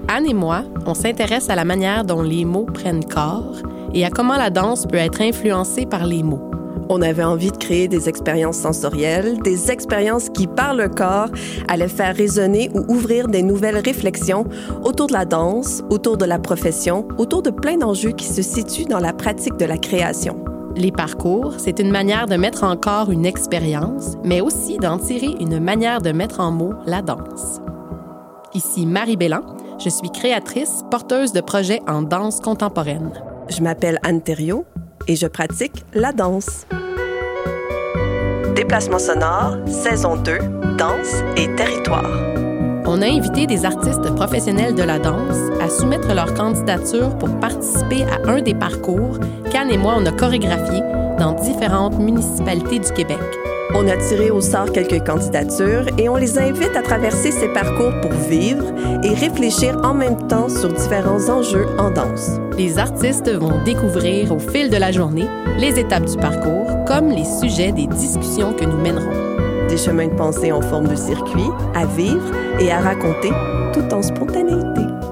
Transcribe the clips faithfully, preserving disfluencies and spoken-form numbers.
Anne et moi, on s'intéresse à la manière dont les mots prennent corps et à comment la danse peut être influencée par les mots. On avait envie de créer des expériences sensorielles, des expériences qui, par le corps, allaient faire résonner ou ouvrir des nouvelles réflexions autour de la danse, autour de la profession, autour de plein d'enjeux qui se situent dans la pratique de la création. Les parcours, c'est une manière de mettre en corps une expérience, mais aussi d'en tirer une manière de mettre en mots la danse. Ici Marie Bélan, je suis créatrice, porteuse de projets en danse contemporaine. Je m'appelle Anne Thériault et je pratique la danse. Déplacement sonore, saison deux, danse et territoire. On a invité des artistes professionnels de la danse à soumettre leur candidature pour participer à un des parcours qu'Anne et moi, on a chorégraphié dans différentes municipalités du Québec. On a tiré au sort quelques candidatures et on les invite à traverser ces parcours pour vivre et réfléchir en même temps sur différents enjeux en danse. Les artistes vont découvrir au fil de la journée les étapes du parcours comme les sujets des discussions que nous mènerons. Des chemins de pensée en forme de circuit à vivre et à raconter tout en spontanéité.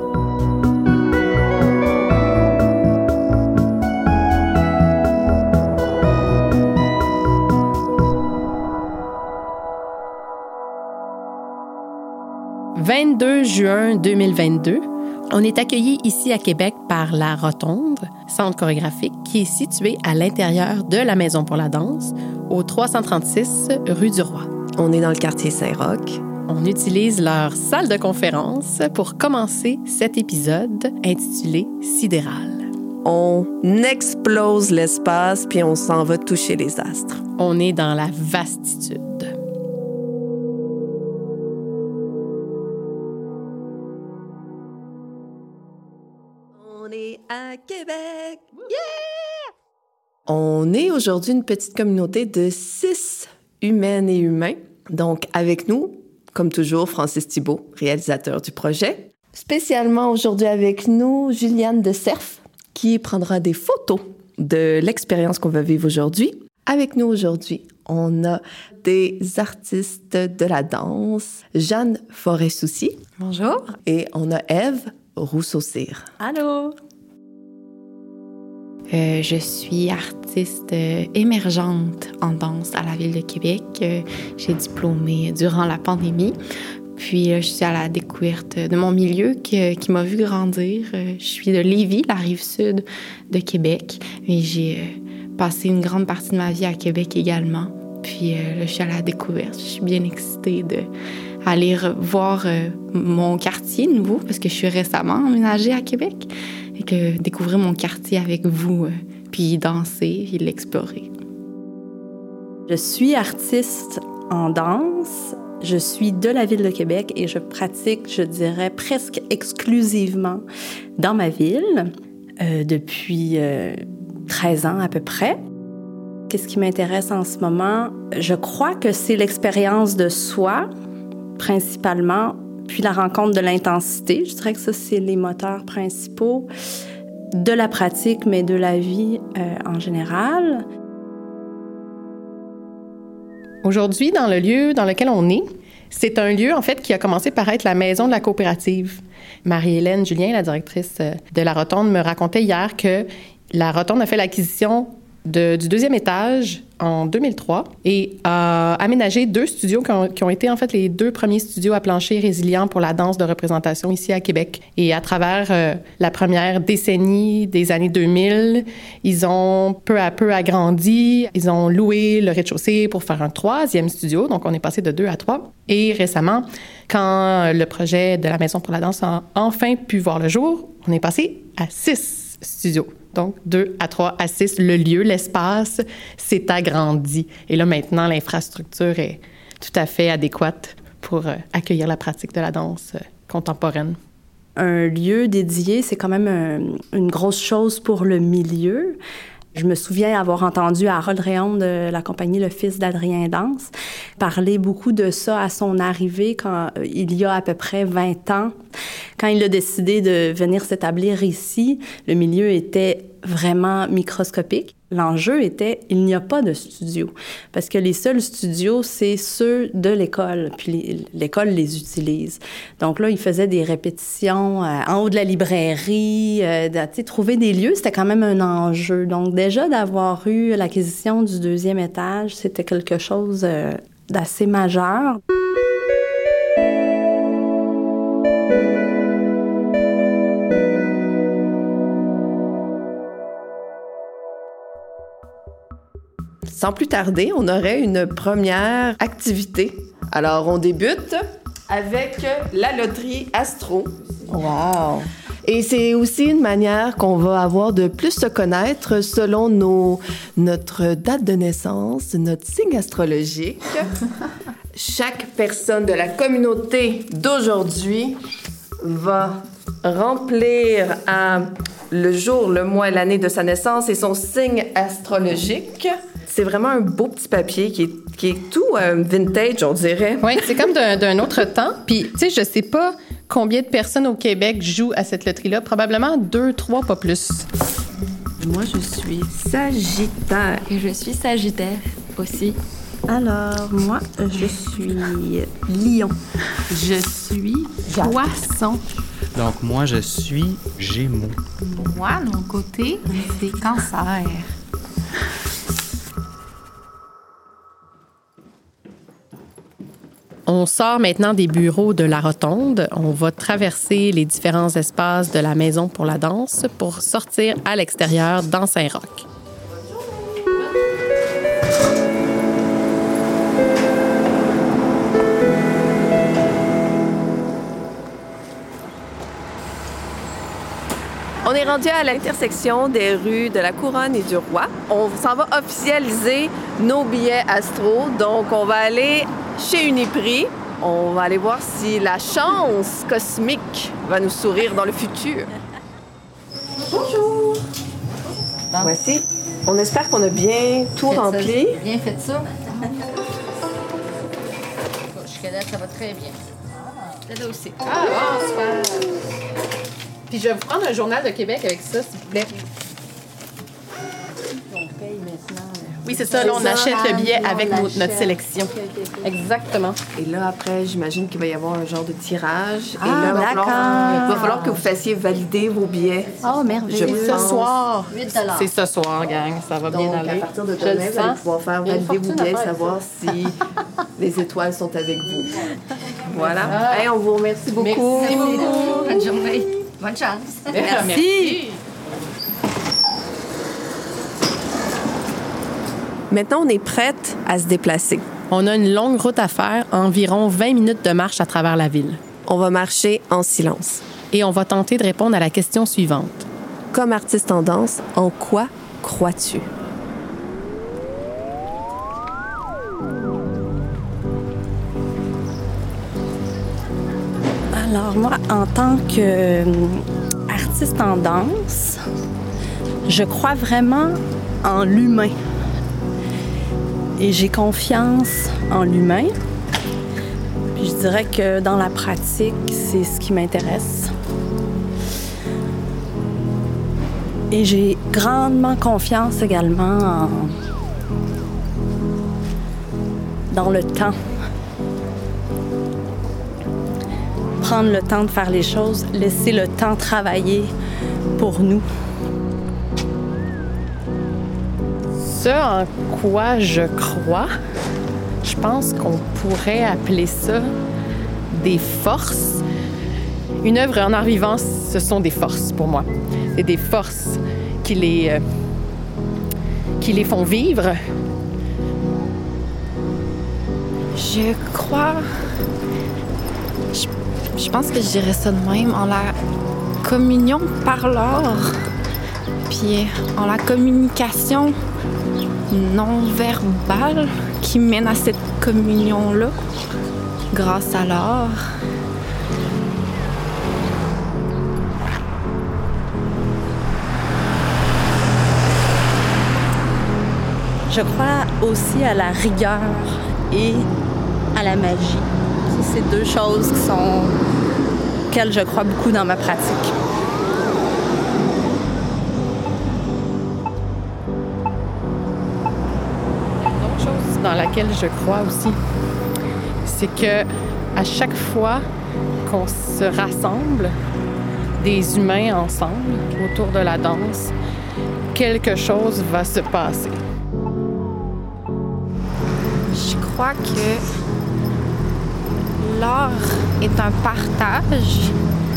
vingt-deux juin deux mille vingt-deux, on est accueillis ici à Québec par La Rotonde, centre chorégraphique qui est situé à l'intérieur de la Maison pour la danse, au trois cent trente-six rue du Roi. On est dans le quartier Saint-Roch. On utilise leur salle de conférence pour commencer cet épisode intitulé Sidéral. On explose l'espace puis on s'en va toucher les astres. On est dans la vastitude. On est à Québec! Yeah! On est aujourd'hui une petite communauté de six humaines et humains. Donc, avec nous, comme toujours, Francis Thibault, réalisateur du projet. Spécialement aujourd'hui avec nous, Juliane de Cerf, qui prendra des photos de l'expérience qu'on va vivre aujourd'hui. Avec nous aujourd'hui, on a des artistes de la danse, Jeanne Forêt-Soucy. Bonjour. Et on a Ève Rousseau-Cyr. Allô. Euh, je suis artiste euh, émergente en danse à la Ville de Québec. Euh, j'ai diplômé durant la pandémie. Puis, euh, je suis à la découverte de mon milieu qui, qui m'a vu grandir. Euh, je suis de Lévis, la rive sud de Québec. Et j'ai euh, passé une grande partie de ma vie à Québec également. Puis, euh, là, je suis à la découverte. Je suis bien excitée d'aller voir euh, mon quartier nouveau parce que je suis récemment emménagée à Québec. Et que découvrir mon quartier avec vous, euh, puis danser, puis l'explorer. Je suis artiste en danse. Je suis de la Ville de Québec et je pratique, je dirais, presque exclusivement dans ma ville euh, depuis euh, treize ans à peu près. Qu'est-ce qui m'intéresse en ce moment? Je crois que c'est l'expérience de soi, principalement, puis la rencontre de l'intensité. Je dirais que ça, c'est les moteurs principaux de la pratique, mais de la vie euh, en général. Aujourd'hui, dans le lieu dans lequel on est, c'est un lieu, en fait, qui a commencé par être la maison de la coopérative. Marie-Hélène Julien, la directrice de La Rotonde, me racontait hier que La Rotonde a fait l'acquisition de, du deuxième étage en deux mille trois et a aménagé deux studios qui ont, qui ont été en fait les deux premiers studios à plancher résilients pour la danse de représentation ici à Québec. Et à travers euh, la première décennie des années deux mille, ils ont peu à peu agrandi. Ils ont loué le rez-de-chaussée pour faire un troisième studio. Donc, on est passé de deux à trois. Et récemment, quand le projet de la Maison pour la danse a enfin pu voir le jour, on est passé à six studios. Donc, deux à trois à six, le lieu, l'espace s'est agrandi. Et là, maintenant, l'infrastructure est tout à fait adéquate pour euh, accueillir la pratique de la danse euh, contemporaine. Un lieu dédié, c'est quand même un, une grosse chose pour le milieu. Je me souviens avoir entendu Harold Réon de la compagnie Le Fils d'Adrien Danse parler beaucoup de ça à son arrivée quand, il y a à peu près vingt ans. Quand il a décidé de venir s'établir ici, le milieu était vraiment microscopique. L'enjeu était, il n'y a pas de studio, parce que les seuls studios, c'est ceux de l'école, puis les, l'école les utilise. Donc là, ils faisaient des répétitions euh, en haut de la librairie, euh, de, tu sais, trouver des lieux, c'était quand même un enjeu. Donc déjà, d'avoir eu l'acquisition du deuxième étage, c'était quelque chose euh, d'assez majeur. Sans plus tarder, on aurait une première activité. Alors, on débute avec la loterie Astro. Wow! Et c'est aussi une manière qu'on va avoir de plus se connaître selon nos, notre date de naissance, notre signe astrologique. Chaque personne de la communauté d'aujourd'hui va remplir à le jour, le mois, l'année de sa naissance et son signe astrologique. C'est vraiment un beau petit papier qui est, qui est tout euh, vintage, on dirait. Oui, c'est comme d'un, d'un autre temps. Puis, tu sais, je sais pas combien de personnes au Québec jouent à cette loterie-là. Probablement deux, trois, pas plus. Moi, je suis Sagittaire. Et je suis Sagittaire aussi. Alors, moi, je suis Lion. Je suis Poisson. Donc, moi, je suis Gémeaux. Moi, de mon côté, c'est Cancer. On sort maintenant des bureaux de la Rotonde. On va traverser les différents espaces de la Maison pour la danse pour sortir à l'extérieur dans Saint-Roch. On est rendu à l'intersection des rues de la Couronne et du Roi. On s'en va officialiser nos billets Astro. Donc, on va aller chez Uniprix. On va aller voir si la chance cosmique va nous sourire dans le futur. Bonjour! Bon. Voici. On espère qu'on a bien tout Faites rempli. Ça, bien fait ça. Jusqu'à là, ça va très bien. Ah, là aussi. Ah, bon, super! Puis je vais vous prendre un journal de Québec avec ça, s'il vous plaît. On paye maintenant. Oui, c'est ça. Là, on achète le billet avec on notre, notre sélection. Okay, okay, okay. Exactement. Et là, après, j'imagine qu'il va y avoir un genre de tirage. Ah, et là, il va falloir, d'accord. il va falloir que vous fassiez valider vos billets. Oh, merveilleux. Je Ce pense. soir. huit dollars. C'est ce soir, gang. Ça va bien Donc, aller. à partir de Je demain, le vous allez sens. pouvoir faire Il y a une valider vos fortune à billets, faire, savoir si les étoiles sont avec vous. Voilà. Ah. Hey, on vous remercie beaucoup. Merci beaucoup. Bonne journée. Bonne chance. Merci. Maintenant, on est prête à se déplacer. On a une longue route à faire, environ vingt minutes de marche à travers la ville. On va marcher en silence. Et on va tenter de répondre à la question suivante. Comme artiste en danse, en quoi crois-tu? Alors moi, en tant qu'artiste en danse, je crois vraiment en l'humain. Et j'ai confiance en l'humain. Puis je dirais que dans la pratique, c'est ce qui m'intéresse. Et j'ai grandement confiance également en... dans le temps. Prendre le temps de faire les choses, laisser le temps travailler pour nous. Ce en quoi je crois, je pense qu'on pourrait appeler ça des forces. Une œuvre en art vivant, ce sont des forces pour moi. C'est des forces qui les, euh, qui les font vivre. Je crois... Je, je pense que je dirais ça de même, en la communion par l'art, puis en la communication non verbale qui mène à cette communion-là grâce à l'art. Je crois aussi à la rigueur et à la magie. Ça, c'est deux choses qui sont auxquelles je crois beaucoup dans ma pratique. dans laquelle je crois aussi. C'est que à chaque fois qu'on se rassemble, des humains ensemble, autour de la danse, quelque chose va se passer. Je crois que l'art est un partage.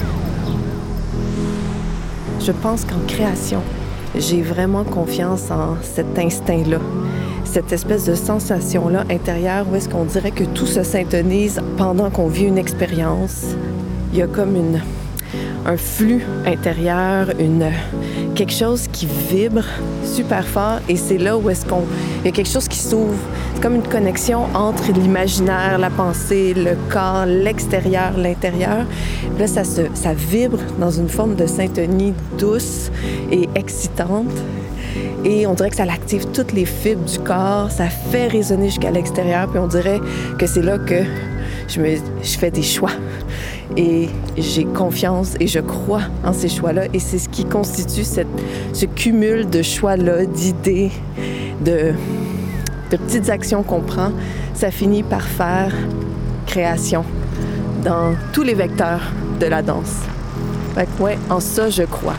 Je pense qu'en création, j'ai vraiment confiance en cet instinct-là, cette espèce de sensation-là intérieure où est-ce qu'on dirait que tout se syntonise pendant qu'on vit une expérience. Il y a comme une, un flux intérieur, une, quelque chose qui vibre super fort et c'est là où est-ce qu'on... Il y a quelque chose qui s'ouvre. C'est comme une connexion entre l'imaginaire, la pensée, le corps, l'extérieur, l'intérieur. Là, ça, se, ça vibre dans une forme de syntonie douce et excitante. Et on dirait que ça active toutes les fibres du corps, ça fait résonner jusqu'à l'extérieur, puis on dirait que c'est là que je, me, je fais des choix. Et j'ai confiance et je crois en ces choix-là. Et c'est ce qui constitue cette, ce cumul de choix-là, d'idées, de, de petites actions qu'on prend. Ça finit par faire création dans tous les vecteurs de la danse. Fait que ouais, en ça, je crois.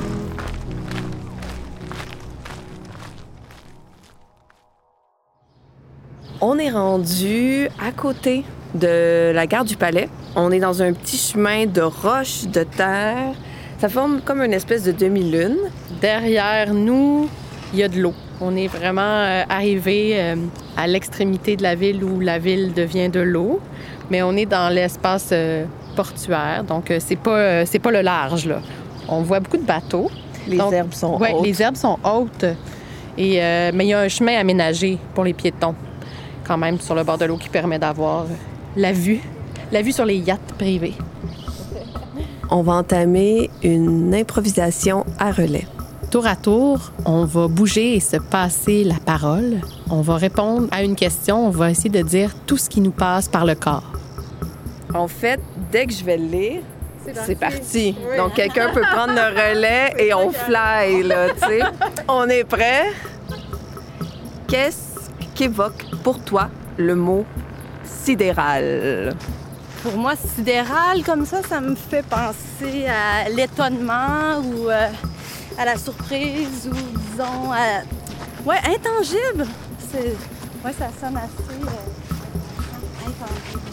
On est rendu à côté de la gare du Palais. On est dans un petit chemin de roches, de terre. Ça forme comme une espèce de demi-lune. Derrière nous, il y a de l'eau. On est vraiment euh, arrivé euh, à l'extrémité de la ville où la ville devient de l'eau. Mais on est dans l'espace euh, portuaire, donc euh, c'est pas, euh, c'est pas le large, là. On voit beaucoup de bateaux. Les donc, herbes sont ouais, hautes. les herbes sont hautes. Et, euh, mais il y a un chemin aménagé pour les piétons, quand même, sur le bord de l'eau qui permet d'avoir la vue, la vue sur les yachts privés. On va entamer une improvisation à relais. Tour à tour, on va bouger et se passer la parole. On va répondre à une question, on va essayer de dire tout ce qui nous passe par le corps. En fait, dès que je vais le lire, c'est parti. Oui. Donc, quelqu'un peut prendre le relais et on fly, là, tu sais. On est prêt? Qu'est-ce qu'évoque pour toi le mot sidéral? Pour moi, sidéral, comme ça, ça me fait penser à l'étonnement ou euh, à la surprise ou, disons, à... Ouais, intangible. C'est... Ouais, ça sonne assez euh... intangible.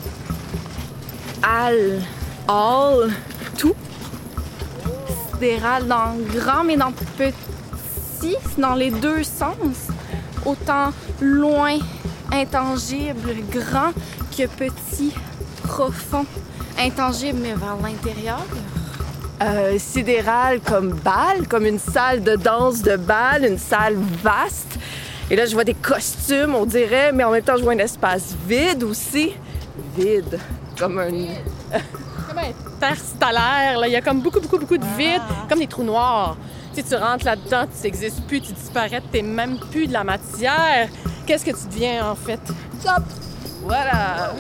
Al, all, tout. Sidéral dans grand, mais dans petit, dans les deux sens. Autant loin, intangible, grand, que petit, profond, intangible, mais vers l'intérieur. Euh, sidéral comme bal, comme une salle de danse de bal, une salle vaste. Et là, je vois des costumes, on dirait, mais en même temps, je vois un espace vide aussi. Vide, comme un... Comme un interstellaire, là. Il y a comme beaucoup, beaucoup, beaucoup de vide, ah. Comme des trous noirs. Tu sais, tu rentres là-dedans, tu n'existes plus, tu disparais, tu n'es même plus de la matière. Qu'est-ce que tu deviens, en fait? Stop! Voilà!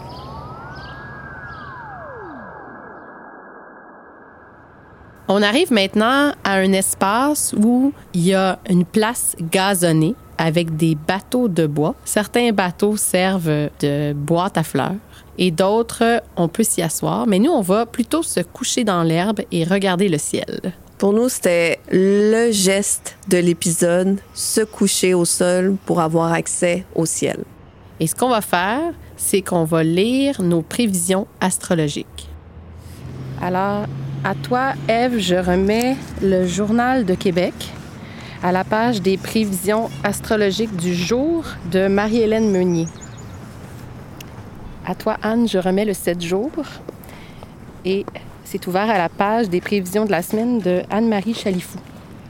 On arrive maintenant à un espace où il y a une place gazonnée avec des bateaux de bois. Certains bateaux servent de boîte à fleurs et d'autres, on peut s'y asseoir. Mais nous, on va plutôt se coucher dans l'herbe et regarder le ciel. Pour nous, c'était le geste de l'épisode, se coucher au sol pour avoir accès au ciel. Et ce qu'on va faire, c'est qu'on va lire nos prévisions astrologiques. Alors, à toi, Ève, je remets le Journal de Québec à la page des prévisions astrologiques du jour de Marie-Hélène Meunier. À toi, Anne, je remets le sept jours et c'est ouvert à la page des prévisions de la semaine de Anne-Marie Chalifou.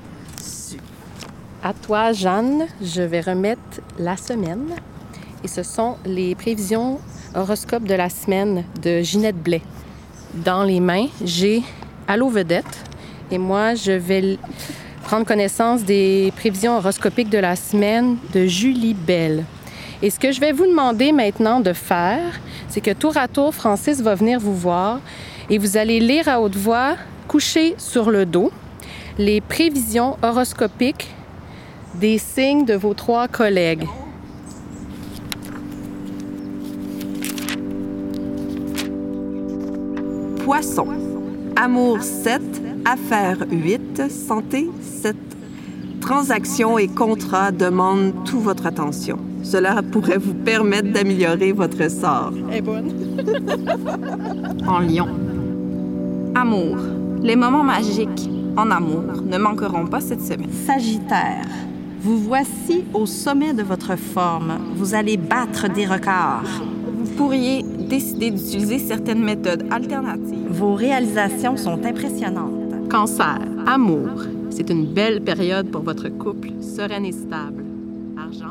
À toi, Jeanne, je vais remettre la semaine et ce sont les prévisions horoscopes de la semaine de Ginette Blais. Dans les mains, j'ai Allô Vedette et moi, je vais prendre connaissance des prévisions horoscopiques de la semaine de Julie Bell. Et ce que je vais vous demander maintenant de faire, c'est que tour à tour, Francis va venir vous voir et vous allez lire à haute voix, couché sur le dos, les prévisions horoscopiques des signes de vos trois collègues. Poisson. Amour sept, affaires huit, santé sept. Transactions et contrats demandent toute votre attention. Cela pourrait vous permettre d'améliorer votre sort. Elle est bonne. En Lion. Amour. Les moments magiques en amour ne manqueront pas cette semaine. Sagittaire, vous voici au sommet de votre forme. Vous allez battre des records. Vous pourriez décider d'utiliser certaines méthodes alternatives. Vos réalisations sont impressionnantes. Cancer, amour. C'est une belle période pour votre couple, sereine et stable. Argent.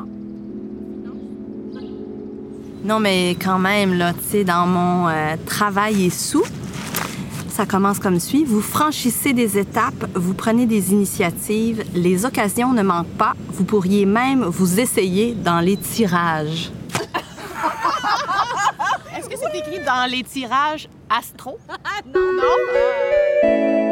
Non, mais quand même, là, tu sais, dans mon euh, travail et sous, ça commence comme suit. Vous franchissez des étapes, vous prenez des initiatives, les occasions ne manquent pas. Vous pourriez même vous essayer dans les tirages. Est-ce que c'est écrit dans les tirages astro? non, non.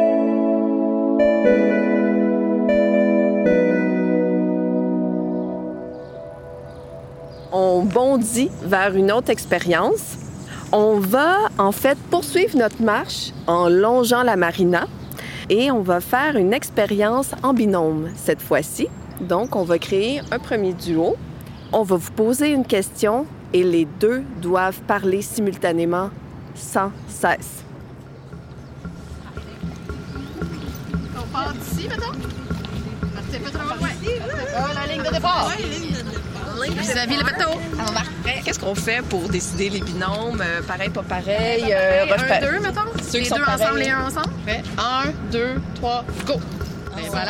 On bondit vers une autre expérience. On va, en fait, poursuivre notre marche en longeant la marina et on va faire une expérience en binôme cette fois-ci. Donc, on va créer un premier duo. On va vous poser une question et les deux doivent parler simultanément sans cesse. On part d'ici, mettons? Partez pas trop loin. Oh, la ligne de départ. Oui, ligne de départ. Vis-à-vis le bateau. Qu'est-ce qu'on fait pour décider les binômes? Euh, pareil, pas pareil? Euh, un, repas... deux, mettons. Ceux les qui deux sont ensemble, pareils. les un ensemble. Fait un, deux, trois, go! Et voilà.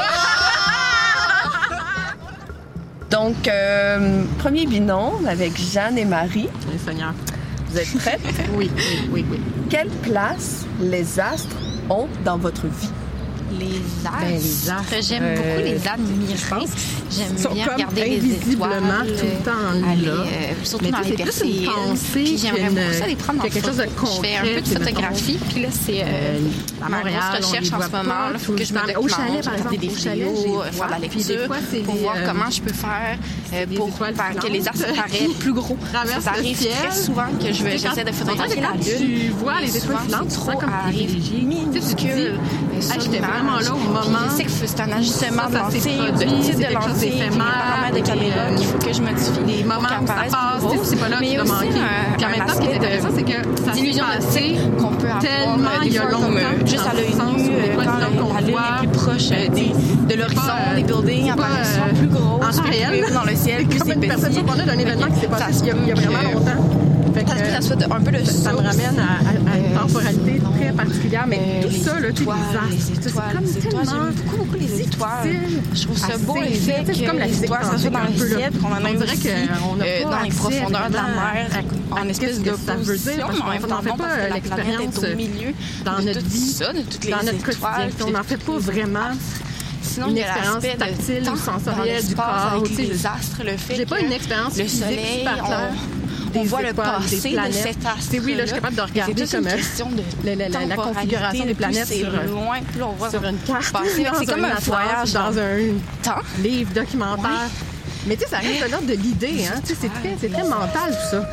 Donc, euh, premier binôme avec Jeanne et Marie. Les Seigneur. Vous êtes prêtes? Oui, oui, oui, oui. Quelle place les astres ont dans votre vie? Les astres. Ben, les astres, J'aime euh, beaucoup les admirer. J'aime sont bien comme regarder les invisiblement étoiles. tout le temps aller, là. euh, surtout Mais dans tu les sais, c'est plus une percées. pensée Puis j'aimerais qu'une- beaucoup ça les prendre en quelque chose de photo. Je fais un concret, peu de tu sais, photographie. Puis là, c'est euh, Euh, à ma Montréal, grosse on recherche les en voit ce moment. pas Il faut que je me tout le temps. documente, Au chalet, par regarder exemple, des au chalet, vidéos, je les euh, vois. faire de la Puis des lecture fois, c'est pour des, voir euh, comment je peux faire euh, des pour étoiles faire que les astres filantes paraissent plus gros. traversent Ça le arrive ciel. très souvent que je vais- Tu sais, j'essaie de quand- photographier quand la tu lune. vois les mais étoiles souvent, filantes, c'est tu trop sens comme arrive privilégié. minuscule. Ah, j'étais vraiment là au moment. Je sais que c'est un ajustement Ça, ça de s'est lentille, produit, de c'est type de quelque chose lentille, puis d'éphémère, paramètres de caméra des, qu'il faut que je modifie. Des pour moments où ça qu'apparaisse passe, plus tu sais, c'est pas là mais que tu il y a l'as aussi manqué. un- Puis en un même temps, ce qui est aspect de- intéressant, c'est que ça s'est d'illusion passé d'optique qu'on peut avoir tellement euh, il des y a fois comme, longtemps, euh, juste à dans l'œil le sens nu, où euh, des fois, quand c'est là qu'on la lune voit, est plus proche euh, des- de l'horizon, pas, euh, des buildings c'est pas, apparaissent euh, plus gros, en temps plus réel. dans le ciel, plus comme c'est une petit. perception qu'on a d'un événement qui s'est Ça passé se il y a, il y a peut vraiment que- longtemps. Fait que, Ça se peut que ça soit un peu le ça me source. ramène à, à- à une Euh, temporalité sinon, très particulière, mais Euh, tout les ça, là, tu sais, étoiles, les astres, les c'est étoiles, comme les étoiles, tellement j'aime beaucoup, beaucoup les étoiles. difficile Je trouve ça à beau le saisir. fait Tu sais, c'est que comme la les physique étoiles, ça soit dans quantique le un peu, là. ciel, qu'on en a On dirait aussi qu'on n'a euh, pas dans les accès profondeurs de la vraiment mer, à- en à espèce qu'est-ce de que ça veut dire, position, parce mais en même qu'on temps, n'en fait non, pas parce que la planète l'expérience est au milieu dans de notre tout vie, ça, de toutes les dans notre étoiles. quotidien. On n'en fait pas vraiment Sinon, une il y a expérience l'aspect de tactile temps ou sensorielle dans du l'espace corps. avec Tu sais, les astres, le fait j'ai pas que une expérience le physique soleil, super claire. on, Des on voit le étoiles, des passé de planètes. cet astre. C'est oui, là, je suis capable de regarder c'est toute comme, une euh, question de la- la- la- la temporalité, configuration des plus planètes c'est sur, euh, loin, plus on voit sur une carte, passer. dans C'est comme un atlas, voyage dans un temps. livre documentaire. Mais tu sais, ça reste de l'ordre de l'idée, hein. Tu sais, c'est très, c'est très mental, tout ça.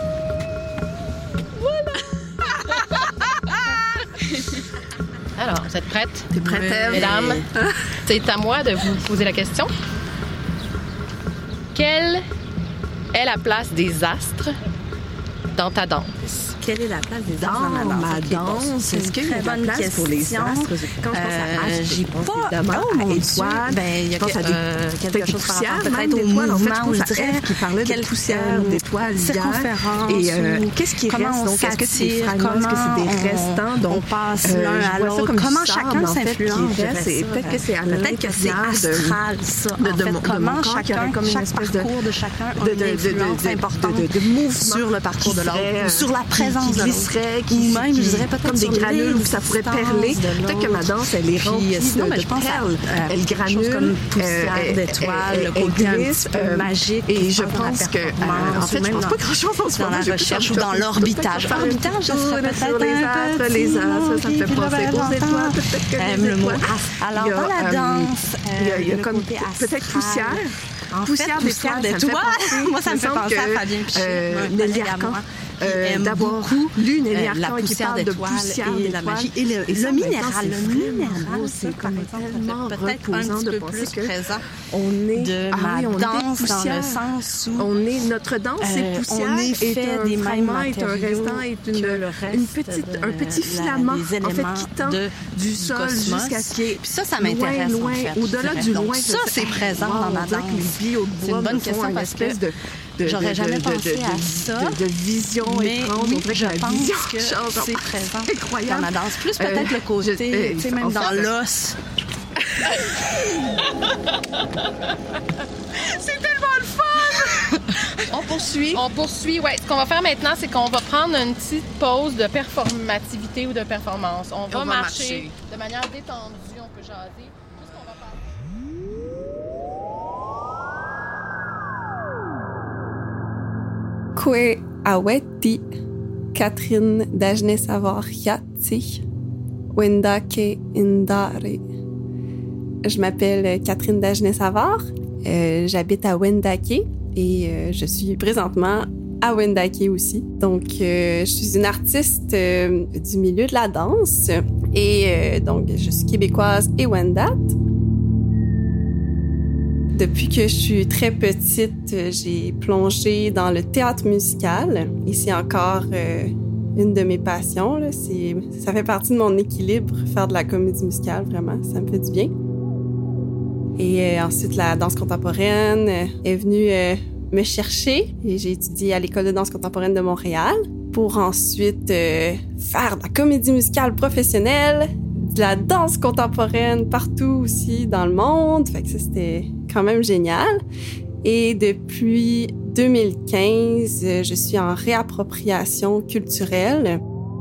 Alors, vous êtes prêtes? T'es prête, Ève? Mesdames, c'est à moi de vous poser la question. Quelle est la place des astres dans ta danse? Quelle est la place des Dans astres dans ma ma danse? Ok, bon, danse, c'est est-ce une qu'il y a très de la bonne place pour les question. astres? Quand je pense à Euh, astres, j'ai je pense pas- évidemment oh, à mon étoiles. Dieu. Ben, il y a Je pense à des- euh, quelque peut-être chose par poussières, rapport même peut-être au d'étoiles. En fait, je mouvement, pense je à dirais. Ève qui parlait de Quelle, poussière, euh, d'étoiles hier. circonférence Et euh, ou qu'est-ce qui comment reste? on Donc, est-ce que c'est des s'attire, fragments? Est-ce que c'est des comment restants? on- Donc, on passe euh, l'un à je vois ça l'autre. comme du Comment sable, chacun en fait, s'influence, qui je reste. dirais Et ça. peut-être que c'est à Peut-être que c'est l'intérieur de- astral, ça. de- en de fait, mon- de comment mon corps, qu'il y aurait chacun, comme une chaque espèce de- parcours de chacun a de, de, une de, de, influence de, importante de, de, de mouvements sur le parcours qui de l'autre, seraient, ou sur la qui- présence qui de l'autre. glisserait, qui, Ou même, qui- je dirais peut-être comme des sur granules où ça pourrait l'existence perler. de Peut-être que ma danse, elle est Puis, remplie sinon, de, ben, de je pense à, perles. euh, Elle quelque chose granule, comme poussière euh, d'étoiles, elle- le elle côté un glisse, petit peu euh, magique. Et qui je passe dans la pense que, euh, performance, en fait, ou je même pense dans- pas grand-chose en ce dans moment. la J'ai plus recherche envie ou dans de- l'orbitage. Faire une L'orbitage, petite ce serait tour sur peut-être les un astres, les astres, ça me fait petit penser aux peu étoiles, peut-être que J'aime les le mot étoiles. astre. Alors, Il y a, dans la euh, danse, il y a- il y a le comme côté peut-être astral. poussière. En Poussière fait, d'étoiles, poussière ça me fait d'étoiles. penser- Moi, ça me il fait me semble penser que, à Fabien Piché, euh, un Nelly collègue à Arcan, moi. euh, d'avoir lu Nelly Arcan qui parle de poussière et la magie. Et le, et ça, le minéral, le minéral, c'est comme tellement peut-être reposant un petit de peu penser plus que présent on est de ah ma oui, on danse est dans le sens où on est notre danse euh, c'est poussière on est fait est un, des mêmes vraiment est un matériaux restant est une, que le reste une petite de un petit la- filament des en fait éléments qui tend de- du du sol cosmos. jusqu'à ce qui est Puis ça, ça loin, m'intéresse, en loin, fait, au-delà je du dirais. loin. Donc ça, c'est présent wow, dans ma on dirait danse. que les billes au C'est bois une bonne me font question une parce espèce que de, de, j'aurais de, jamais de, pensé de, à de, ça, de, de vision mais étrange. oui, On dirait je que la pense vision que change. c'est présent incroyable. dans ma danse. Plus peut-être Euh, le côté, je- euh, tu sais, même en dans fait, l'os. C'est tellement le fun! On poursuit. On poursuit, ouais. Ce qu'on va faire maintenant, c'est qu'on va prendre une petite pause de performativité ou de performance. On va, va marcher, marcher. de manière détendue, on peut jaser. Tout ce qu'on va faire. Kwe aweti Catherine Dajne-Savar-Yati Wendake Indare. Je m'appelle Catherine Dajne-Savard, euh, j'habite à Wendake et euh, je suis présentement à Wendake aussi. Donc, euh, je suis une artiste euh, du milieu de la danse et euh, donc je suis québécoise et Wendat. Depuis que je suis très petite, j'ai plongé dans le théâtre musical et c'est encore euh, une de mes passions. Là. C'est, ça fait partie de mon équilibre, faire de la comédie musicale, vraiment, ça me fait du bien. Et euh, ensuite, la danse contemporaine euh, est venue euh, me chercher et j'ai étudié à l'École de danse contemporaine de Montréal pour ensuite euh, faire de la comédie musicale professionnelle, de la danse contemporaine partout aussi dans le monde. Fait que ça, c'était quand même génial. Et depuis deux mille quinze, je suis en réappropriation culturelle.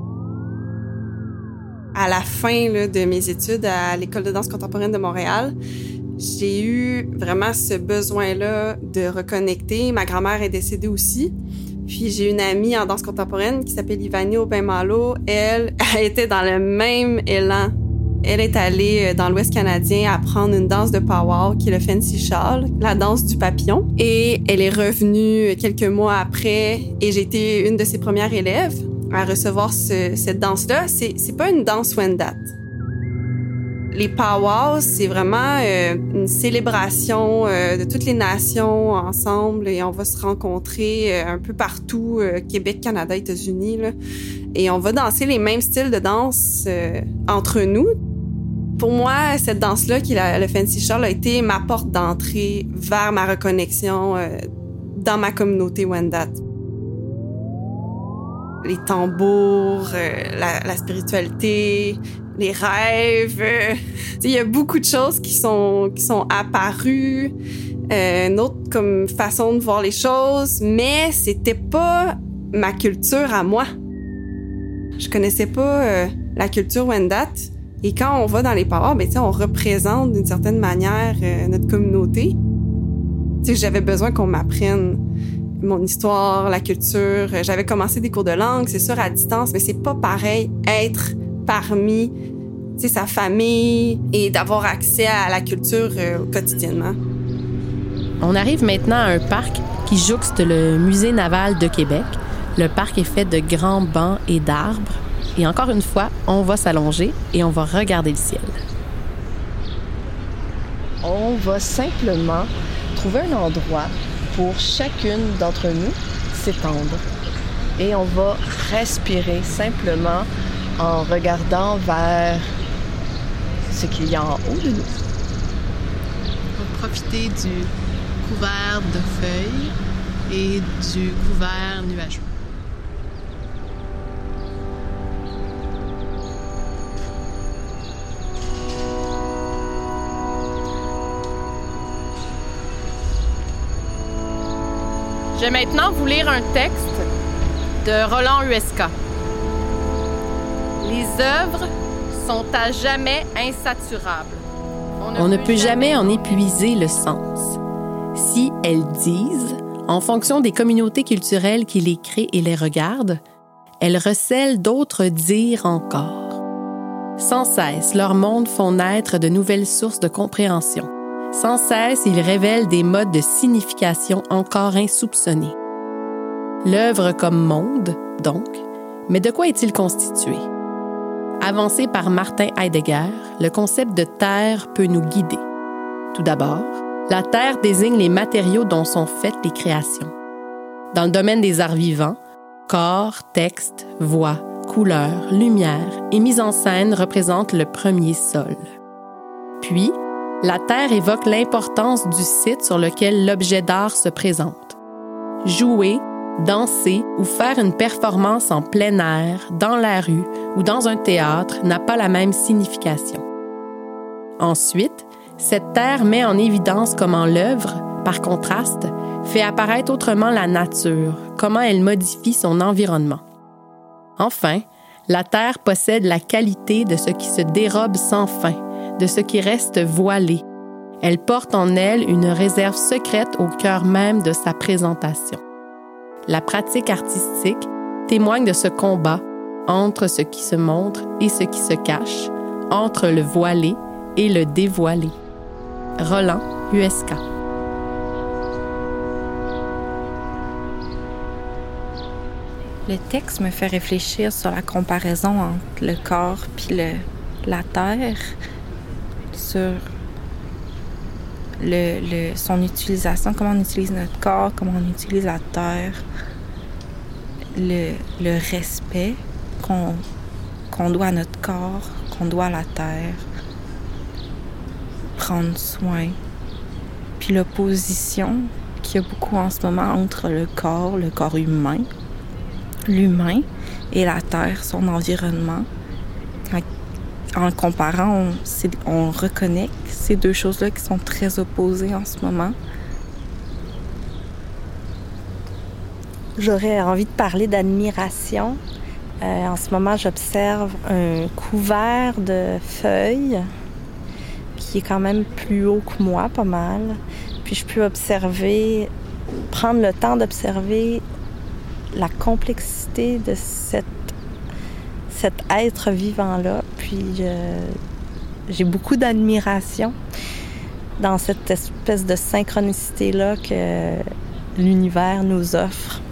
À la fin là, de mes études à l'École de danse contemporaine de Montréal, j'ai eu vraiment ce besoin-là de reconnecter. Ma grand-mère est décédée aussi. Puis j'ai une amie en danse contemporaine qui s'appelle Ivani Aubin-Malo. Elle, elle était dans le même élan. Elle est allée dans l'Ouest canadien apprendre une danse de powwow qui est le fancy shawl, la danse du papillon. Et elle est revenue quelques mois après et j'ai été une de ses premières élèves à recevoir ce, cette danse-là. C'est, c'est pas une danse Wendat. Les powwows, c'est vraiment euh, une célébration euh, de toutes les nations ensemble et on va se rencontrer euh, un peu partout, euh, Québec, Canada, États-Unis, là. Et on va danser les mêmes styles de danse euh, entre nous. Pour moi, cette danse-là, qui est la, le Fancy Shawl, a été ma porte d'entrée vers ma reconnexion euh, dans ma communauté Wendat. Les tambours, euh, la, la spiritualité, les rêves. Euh, il y a beaucoup de choses qui sont, qui sont apparues, euh, une autre comme façon de voir les choses, mais c'était pas ma culture à moi. Je connaissais pas euh, la culture Wendat. Et quand on va dans les powwows, ben, on représente d'une certaine manière euh, notre communauté. T'sais, j'avais besoin qu'on m'apprenne mon histoire, la culture. J'avais commencé des cours de langue, c'est sûr, à distance, mais c'est pas pareil être parmi sa famille et d'avoir accès à la culture euh, quotidiennement. On arrive maintenant à un parc qui jouxte le Musée naval de Québec. Le parc est fait de grands bancs et d'arbres. Et encore une fois, on va s'allonger et on va regarder le ciel. On va simplement trouver un endroit pour chacune d'entre nous s'étendre. Et on va respirer simplement en regardant vers ce qu'il y a en haut de nous. On va profiter du couvert de feuilles et du couvert nuageux. Je vais maintenant vous lire un texte de Roland Huesca. Les œuvres sont à jamais insaturables. On ne, On ne peut jamais en épuiser le sens. Si elles disent, en fonction des communautés culturelles qui les créent et les regardent, elles recèlent d'autres dires encore. Sans cesse, leurs mondes font naître de nouvelles sources de compréhension. Sans cesse, ils révèlent des modes de signification encore insoupçonnés. L'œuvre comme monde, donc, mais de quoi est-il constitué? Avancé par Martin Heidegger, le concept de terre peut nous guider. Tout d'abord, la terre désigne les matériaux dont sont faites les créations. Dans le domaine des arts vivants, corps, texte, voix, couleurs, lumière et mise en scène représentent le premier sol. Puis, la terre évoque l'importance du site sur lequel l'objet d'art se présente. Jouer, danser ou faire une performance en plein air, dans la rue ou dans un théâtre n'a pas la même signification. Ensuite, cette terre met en évidence comment l'œuvre, par contraste, fait apparaître autrement la nature, comment elle modifie son environnement. Enfin, la terre possède la qualité de ce qui se dérobe sans fin, de ce qui reste voilé. Elle porte en elle une réserve secrète au cœur même de sa présentation. La pratique artistique témoigne de ce combat entre ce qui se montre et ce qui se cache, entre le voilé et le dévoilé. Roland, U S K. Le texte me fait réfléchir sur la comparaison entre le corps puis le, la terre, sur le, le, son utilisation, comment on utilise notre corps, comment on utilise la terre, le, le respect qu'on, qu'on doit à notre corps, qu'on doit à la terre, prendre soin, puis l'opposition qu'il y a beaucoup en ce moment entre le corps, le corps humain, l'humain et la terre, son environnement. Quand, en le comparant, on, c'est, on reconnaît ces deux choses-là qui sont très opposées en ce moment. J'aurais envie de parler d'admiration. Euh, en ce moment, j'observe un couvert de feuilles qui est quand même plus haut que moi, pas mal. Puis je peux observer, prendre le temps d'observer la complexité de cette, cet être vivant-là. Puis euh, j'ai beaucoup d'admiration dans cette espèce de synchronicité-là que l'univers nous offre.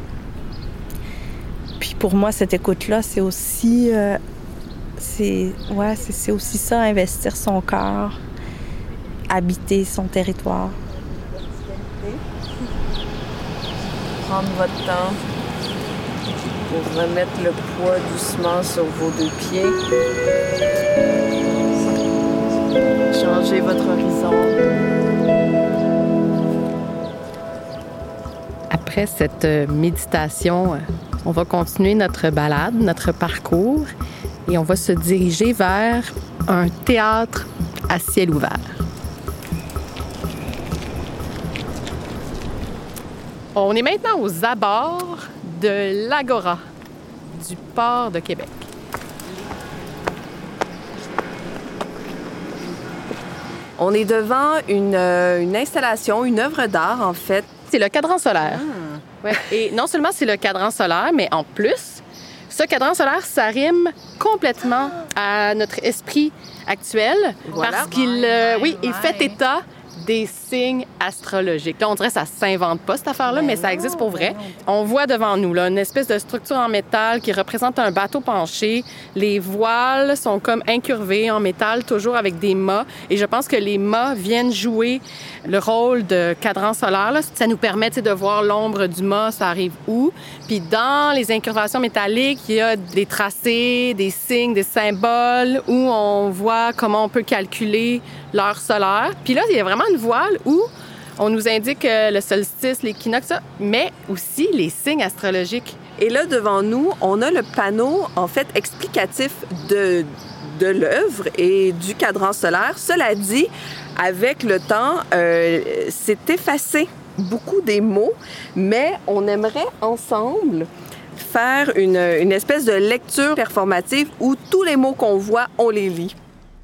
Puis pour moi, cette écoute-là, c'est aussi, euh, c'est, ouais, c'est, c'est aussi ça, investir son corps, habiter son territoire. Prendre votre temps pour remettre le poids doucement sur vos deux pieds. Changez votre horizon. Après cette méditation, on va continuer notre balade, notre parcours, et on va se diriger vers un théâtre à ciel ouvert. On est maintenant aux abords de l'Agora du port de Québec. On est devant une, une installation, une œuvre d'art, en fait. C'est le cadran solaire. Ah. Ouais. Et non seulement c'est le cadran solaire, mais en plus, ce cadran solaire, ça rime complètement à notre esprit actuel, voilà. Parce qu'il euh, oui, il fait état des signes astrologiques. Là, on dirait que ça s'invente pas, cette affaire-là, mais, mais ça existe pour vrai. On voit devant nous là, une espèce de structure en métal qui représente un bateau penché. Les voiles sont comme incurvées en métal, toujours avec des mâts. Et je pense que les mâts viennent jouer le rôle de cadran solaire. Là. Ça nous permet de voir l'ombre du mât, ça arrive où. Puis dans les incurvations métalliques, il y a des tracés, des signes, des symboles où on voit comment on peut calculer l'heure solaire. Puis là, il y a vraiment une voile où on nous indique le solstice, l'équinoxe, ça, mais aussi les signes astrologiques. Et là, devant nous, on a le panneau, en fait, explicatif de, de l'œuvre et du cadran solaire. Cela dit, avec le temps, euh, c'est effacé beaucoup des mots, mais on aimerait ensemble faire une, une espèce de lecture performative où tous les mots qu'on voit, on les lit.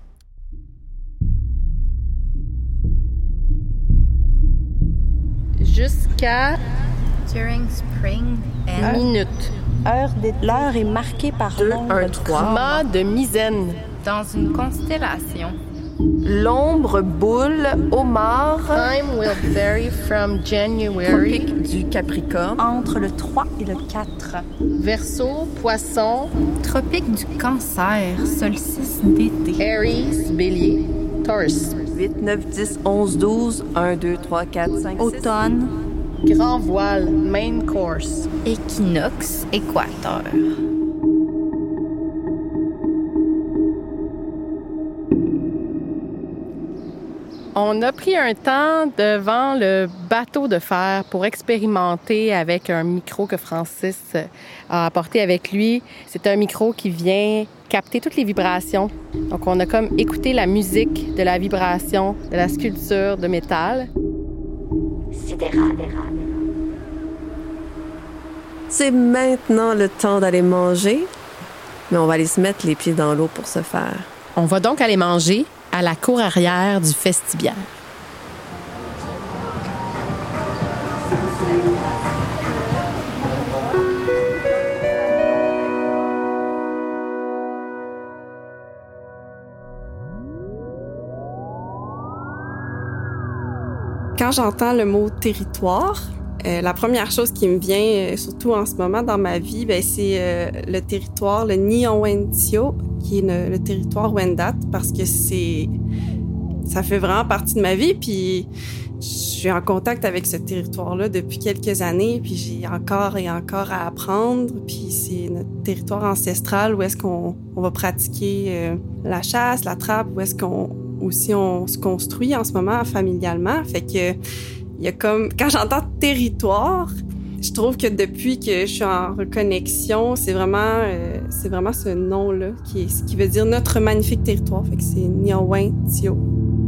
Jusqu'à During spring and minute. Heure de... L'heure est marquée par deux, nombre un, de trois. Mât de misaine. Dans une constellation. L'ombre, boule, homard. Time will vary from January. Tropique du Capricorne. Entre le trois et le quatre. Verseau, poisson. Tropique du Cancer, solstice d'été. Aries, bélier, Taurus. huit, neuf, dix, onze, douze. un, deux, trois, quatre, cinq, six. Automne. Grand voile, main course. Équinoxe, équateur. On a pris un temps devant le bateau de fer pour expérimenter avec un micro que Francis a apporté avec lui. C'est un micro qui vient capter toutes les vibrations. Donc, on a comme écouté la musique de la vibration de la sculpture de métal. Sidéral. C'est maintenant le temps d'aller manger, mais on va aller se mettre les pieds dans l'eau pour ce faire. On va donc aller manger à la cour arrière du vestibiaire. Quand j'entends le mot territoire, euh, la première chose qui me vient, euh, surtout en ce moment dans ma vie, ben, c'est euh, le territoire, le Niuwencio, qui est le, le territoire Wendat, parce que c'est, ça fait vraiment partie de ma vie. Puis je suis en contact avec ce territoire-là depuis quelques années, puis j'ai encore et encore à apprendre. Puis c'est notre territoire ancestral où est-ce qu'on on va pratiquer euh, la chasse, la trappe, où est-ce qu'on aussi on se construit en ce moment familialement. Fait que il y a comme quand j'entends territoire, je trouve que depuis que je suis en reconnexion, c'est vraiment euh, c'est vraiment ce nom-là qui est qui veut dire notre magnifique territoire. Fait que c'est Niuwencio.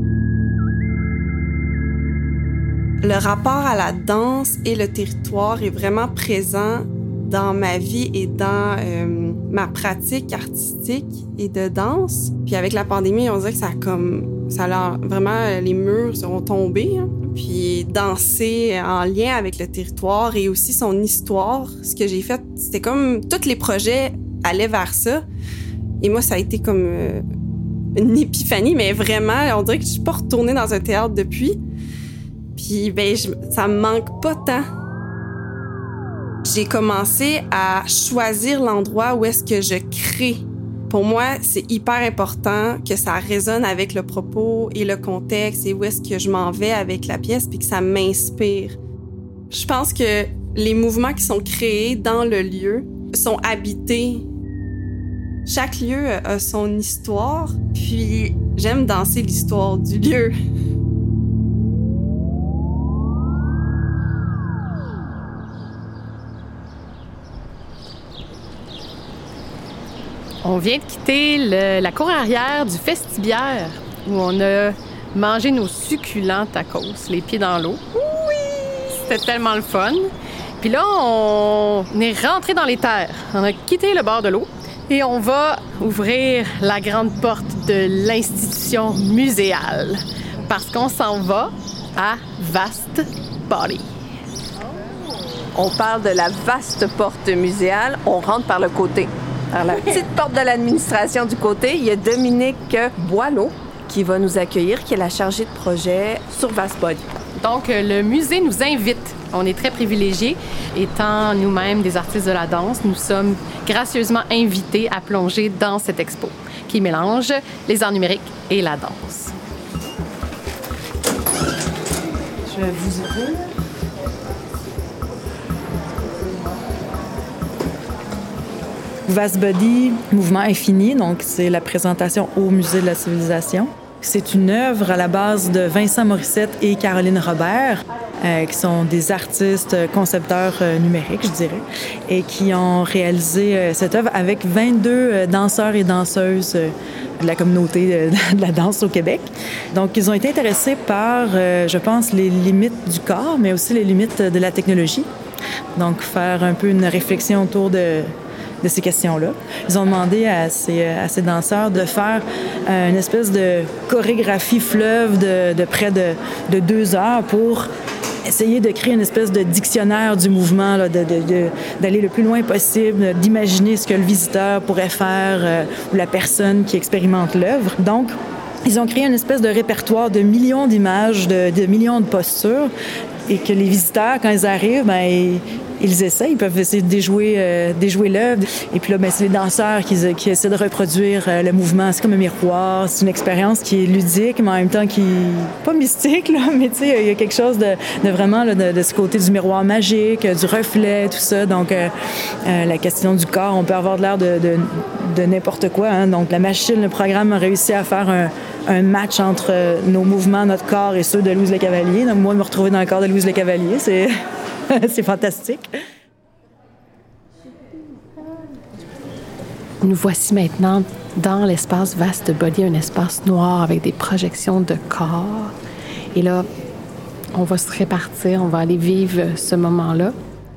Le rapport à la danse et le territoire est vraiment présent dans ma vie et dans euh, ma pratique artistique et de danse. Puis avec la pandémie, on dirait que ça a comme ça a vraiment les murs sont tombés. Hein. Puis danser en lien avec le territoire et aussi son histoire, ce que j'ai fait, c'était comme tous les projets allaient vers ça. Et moi, ça a été comme euh, une épiphanie, mais vraiment, on dirait que je suis pas retournée dans un théâtre depuis. Puis ben, je, ça me manque pas tant. J'ai commencé à choisir l'endroit où est-ce que je crée. Pour moi, c'est hyper important que ça résonne avec le propos et le contexte et où est-ce que je m'en vais avec la pièce puis que ça m'inspire. Je pense que les mouvements qui sont créés dans le lieu sont habités. Chaque lieu a son histoire, puis j'aime danser l'histoire du lieu. On vient de quitter le, la cour arrière du vestibiaire où on a mangé nos succulents tacos, les pieds dans l'eau. Oui! C'était tellement le fun. Puis là, on est rentré dans les terres. On a quitté le bord de l'eau et on va ouvrir la grande porte de l'institution muséale parce qu'on s'en va à Vast Body. On parle de la vaste porte muséale. On rentre par le côté. Par la petite porte de l'administration du côté, il y a Dominique Boileau qui va nous accueillir, qui est la chargée de projet sur Vast Body. Donc, le musée nous invite. On est très privilégiés. Étant nous-mêmes des artistes de la danse, nous sommes gracieusement invités à plonger dans cette expo qui mélange les arts numériques et la danse. Je vous ouvre. Vast Body, mouvement infini, donc c'est la présentation au Musée de la civilisation. C'est une œuvre à la base de Vincent Morissette et Caroline Robert, euh, qui sont des artistes concepteurs euh, numériques, je dirais, et qui ont réalisé euh, cette œuvre avec vingt-deux euh, danseurs et danseuses euh, de la communauté de, de la danse au Québec. Donc, ils ont été intéressés par, euh, je pense, les limites du corps, mais aussi les limites de la technologie. Donc, faire un peu une réflexion autour de de ces questions-là. Ils ont demandé à ces, à ces danseurs de faire euh, une espèce de chorégraphie fleuve de, de près de, de deux heures pour essayer de créer une espèce de dictionnaire du mouvement, là, de, de, de, d'aller le plus loin possible, d'imaginer ce que le visiteur pourrait faire euh, ou la personne qui expérimente l'œuvre. Donc, Ils ont créé une espèce de répertoire de millions d'images, de, de millions de postures, et que les visiteurs, quand ils arrivent, ben, ils, ils essaient, ils peuvent essayer de déjouer, euh, déjouer l'œuvre. Et puis là, ben, c'est les danseurs qui, qui essaient de reproduire euh, le mouvement. C'est comme un miroir, c'est une expérience qui est ludique, mais en même temps qui pas mystique, là, mais tu sais, il y a quelque chose de, de vraiment là, de, de ce côté du miroir magique, du reflet, tout ça. Donc, euh, euh, la question du corps, on peut avoir de l'air de, de, de n'importe quoi. Hein. Donc, la machine, le programme a réussi à faire un un match entre nos mouvements, notre corps et ceux de Louise Le Cavalier. Donc, moi, me retrouver dans le corps de Louise Le Cavalier, c'est, c'est fantastique. Nous voici maintenant dans l'espace Vast Body, un espace noir avec des projections de corps. Et là, on va se répartir, on va aller vivre ce moment-là.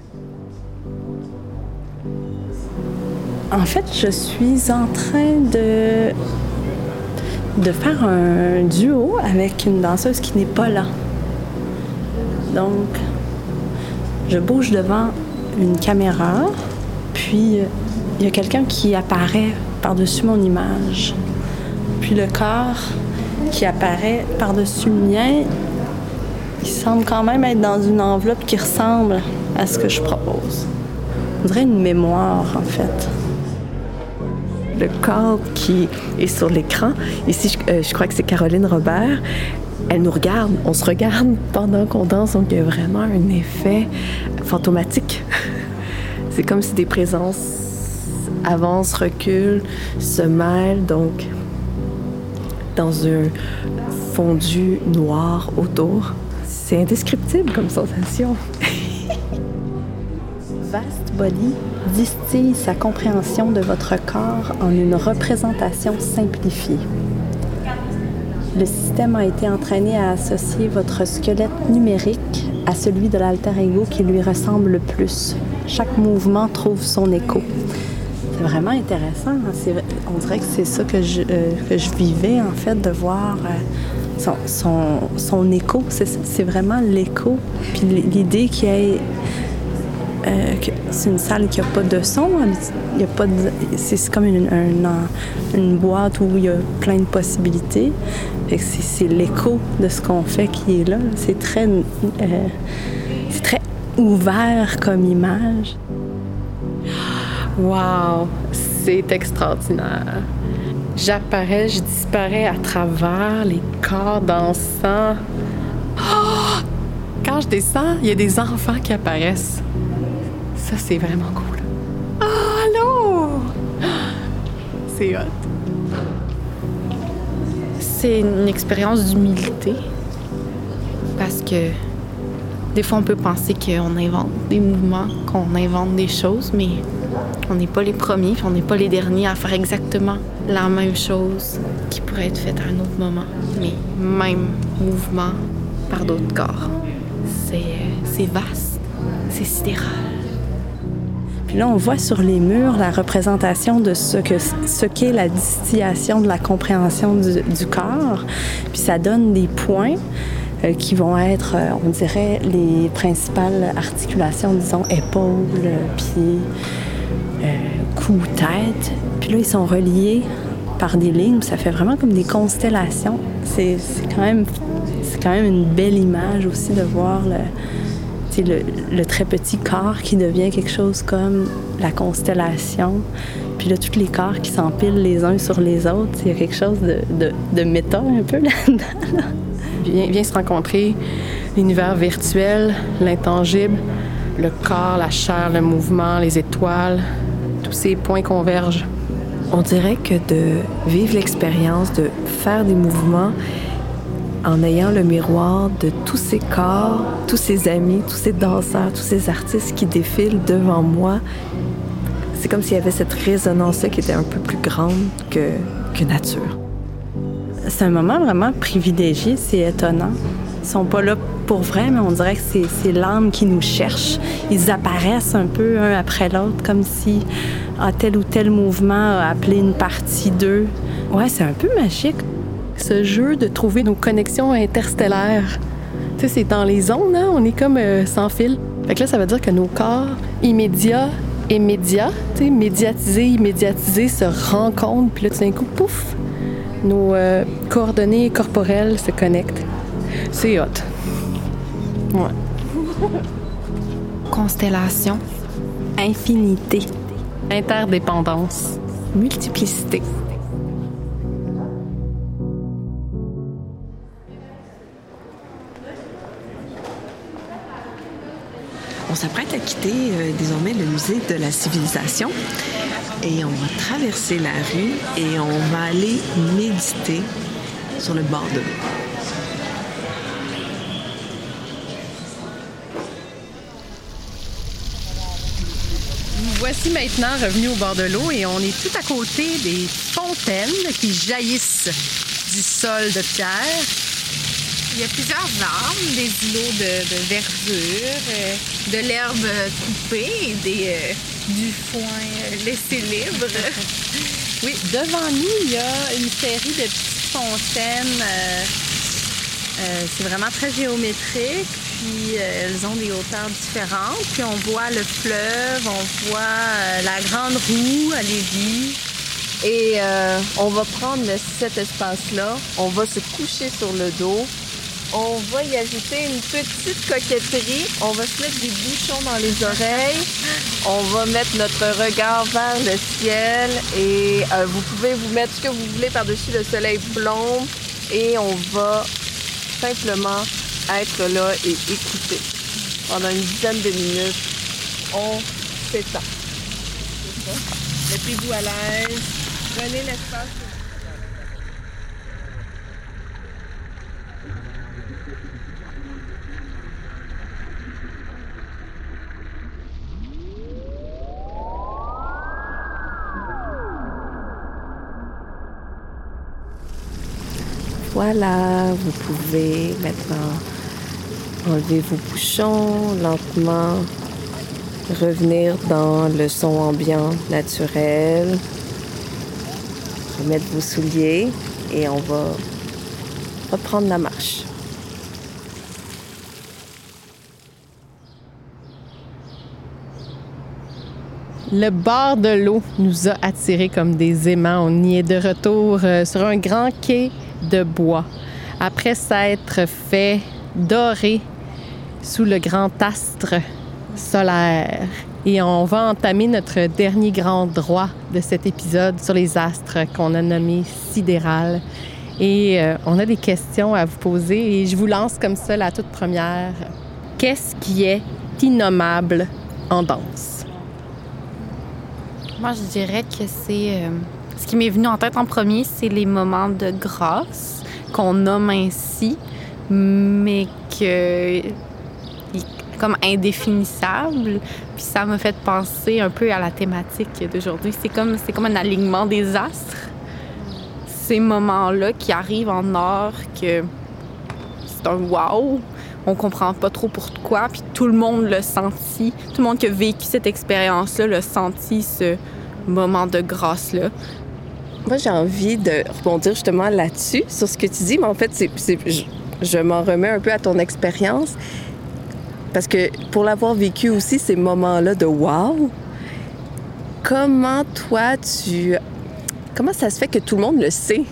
En fait, je suis en train de... de faire un duo avec une danseuse qui n'est pas là. Donc, je bouge devant une caméra, puis il y a quelqu'un qui apparaît par-dessus mon image. Puis le corps qui apparaît par-dessus le mien, il semble quand même être dans une enveloppe qui ressemble à ce que je propose. On dirait une mémoire, en fait. Le corps qui est sur l'écran. Ici, je, euh, je crois que c'est Caroline Robert. Elle nous regarde, on se regarde pendant qu'on danse, donc il y a vraiment un effet fantomatique. C'est comme si des présences avancent, reculent, se mêlent, donc dans un fondu noir autour. C'est indescriptible comme sensation. Vast Body distille sa compréhension de votre corps en une représentation simplifiée. Le système a été entraîné à associer votre squelette numérique à celui de l'alter ego qui lui ressemble le plus. Chaque mouvement trouve son écho. C'est vraiment intéressant. C'est, on dirait que c'est ça que je, euh, que je vivais, en fait, de voir euh, son, son, son écho. C'est, c'est vraiment l'écho. Puis l'idée qu'il y ait... Euh, que c'est une salle qui n'a pas de son. Il y a pas de, c'est, c'est comme une, une, une boîte où il y a plein de possibilités. Fait que c'est, c'est l'écho de ce qu'on fait qui est là. C'est très, euh, c'est très ouvert comme image. Wow! C'est extraordinaire. J'apparais, je disparais à travers les corps dansants. Oh! Quand je descends, il y a des enfants qui apparaissent. Ça, c'est vraiment cool. Ah, oh, allô! C'est hot. C'est une expérience d'humilité. Parce que des fois, on peut penser qu'on invente des mouvements, qu'on invente des choses, mais on n'est pas les premiers, puis on n'est pas les derniers à faire exactement la même chose qui pourrait être faite à un autre moment. Mais même mouvement par d'autres corps. C'est, c'est vaste, c'est sidéral. Puis là, on voit sur les murs la représentation de ce, que, ce qu'est la distillation de la compréhension du, du corps. Puis ça donne des points euh, qui vont être, euh, on dirait, les principales articulations, disons, épaules, pieds, euh, cou, tête. Puis là, ils sont reliés par des lignes. Ça fait vraiment comme des constellations. C'est, c'est, quand même, c'est quand même une belle image aussi de voir le... Le, le très petit corps qui devient quelque chose comme la constellation. Puis là, tous les corps qui s'empilent les uns sur les autres. Il y a quelque chose de, de, de méta un peu là-dedans. Là. Vient, vient se rencontrer l'univers virtuel, l'intangible, le corps, la chair, le mouvement, les étoiles. Tous ces points convergent. On dirait que de vivre l'expérience, de faire des mouvements en ayant le miroir de tous ces corps, tous ces amis, tous ces danseurs, tous ces artistes qui défilent devant moi. C'est comme s'il y avait cette résonance-là qui était un peu plus grande que, que nature. C'est un moment vraiment privilégié, c'est étonnant. Ils sont pas là pour vrai, mais on dirait que c'est, c'est l'âme qui nous cherche. Ils apparaissent un peu un après l'autre, comme si ah, tel ou tel mouvement a appelé une partie d'eux. Ouais, c'est un peu magique. Ce jeu de trouver nos connexions interstellaires. Tu sais, c'est dans les ondes, hein? On est comme euh, sans fil. Fait que là, ça veut dire que nos corps immédiats et médias, tu sais, médiatisés, immédiatisés, se rencontrent, puis là, tout d'un coup, pouf, nos euh, coordonnées corporelles se connectent. C'est hot. Ouais. Constellation. Infinité. Interdépendance. Multiplicité. On s'apprête à quitter euh, désormais le musée de la civilisation et on va traverser la rue et on va aller méditer sur le bord de l'eau. Nous voici maintenant revenus au bord de l'eau et on est tout à côté des fontaines qui jaillissent du sol de pierre. Il y a plusieurs arbres, des îlots de, de verdure, euh, de l'herbe coupée et des, euh, du foin laissé libre. Oui, devant nous, il y a une série de petites fontaines. Euh, euh, c'est vraiment très géométrique, puis euh, elles ont des hauteurs différentes. Puis on voit le fleuve, on voit euh, la Grande Roue à Lévis. Et euh, on va prendre cet espace-là, on va se coucher sur le dos. On va y ajouter une petite coquetterie. On va se mettre des bouchons dans les oreilles. On va mettre notre regard vers le ciel et euh, vous pouvez vous mettre ce que vous voulez par-dessus le soleil plombe et on va simplement être là et écouter. Pendant une dizaine de minutes, on fait ça. Mettez-vous à l'aise. Prenez l'espace. Voilà, vous pouvez maintenant enlever vos bouchons, lentement revenir dans le son ambiant naturel, remettre vos souliers et on va reprendre la marche. Le bord de l'eau nous a attirés comme des aimants. On y est de retour euh, sur un grand quai de bois. Après s'être fait dorer sous le grand astre solaire. Et on va entamer notre dernier grand droit de cet épisode sur les astres qu'on a nommé sidéral. Et euh, on a des questions à vous poser et je vous lance comme ça la toute première. Qu'est-ce qui est innommable en danse? Moi, je dirais que c'est... Euh, ce qui m'est venu en tête en premier, c'est les moments de grâce qu'on nomme ainsi, mais que... comme indéfinissable. Puis ça m'a fait penser un peu à la thématique d'aujourd'hui. C'est comme, c'est comme un alignement des astres. Ces moments-là qui arrivent en or, que c'est un wow. On comprend pas trop pourquoi, puis tout le monde l'a senti. Tout le monde qui a vécu cette expérience-là l'a senti, ce moment de grâce-là. Moi, j'ai envie de rebondir justement là-dessus, sur ce que tu dis, mais en fait, c'est, c'est, je, je m'en remets un peu à ton expérience. Parce que pour l'avoir vécu aussi, ces moments-là de wow, comment toi, tu... Comment ça se fait que tout le monde le sait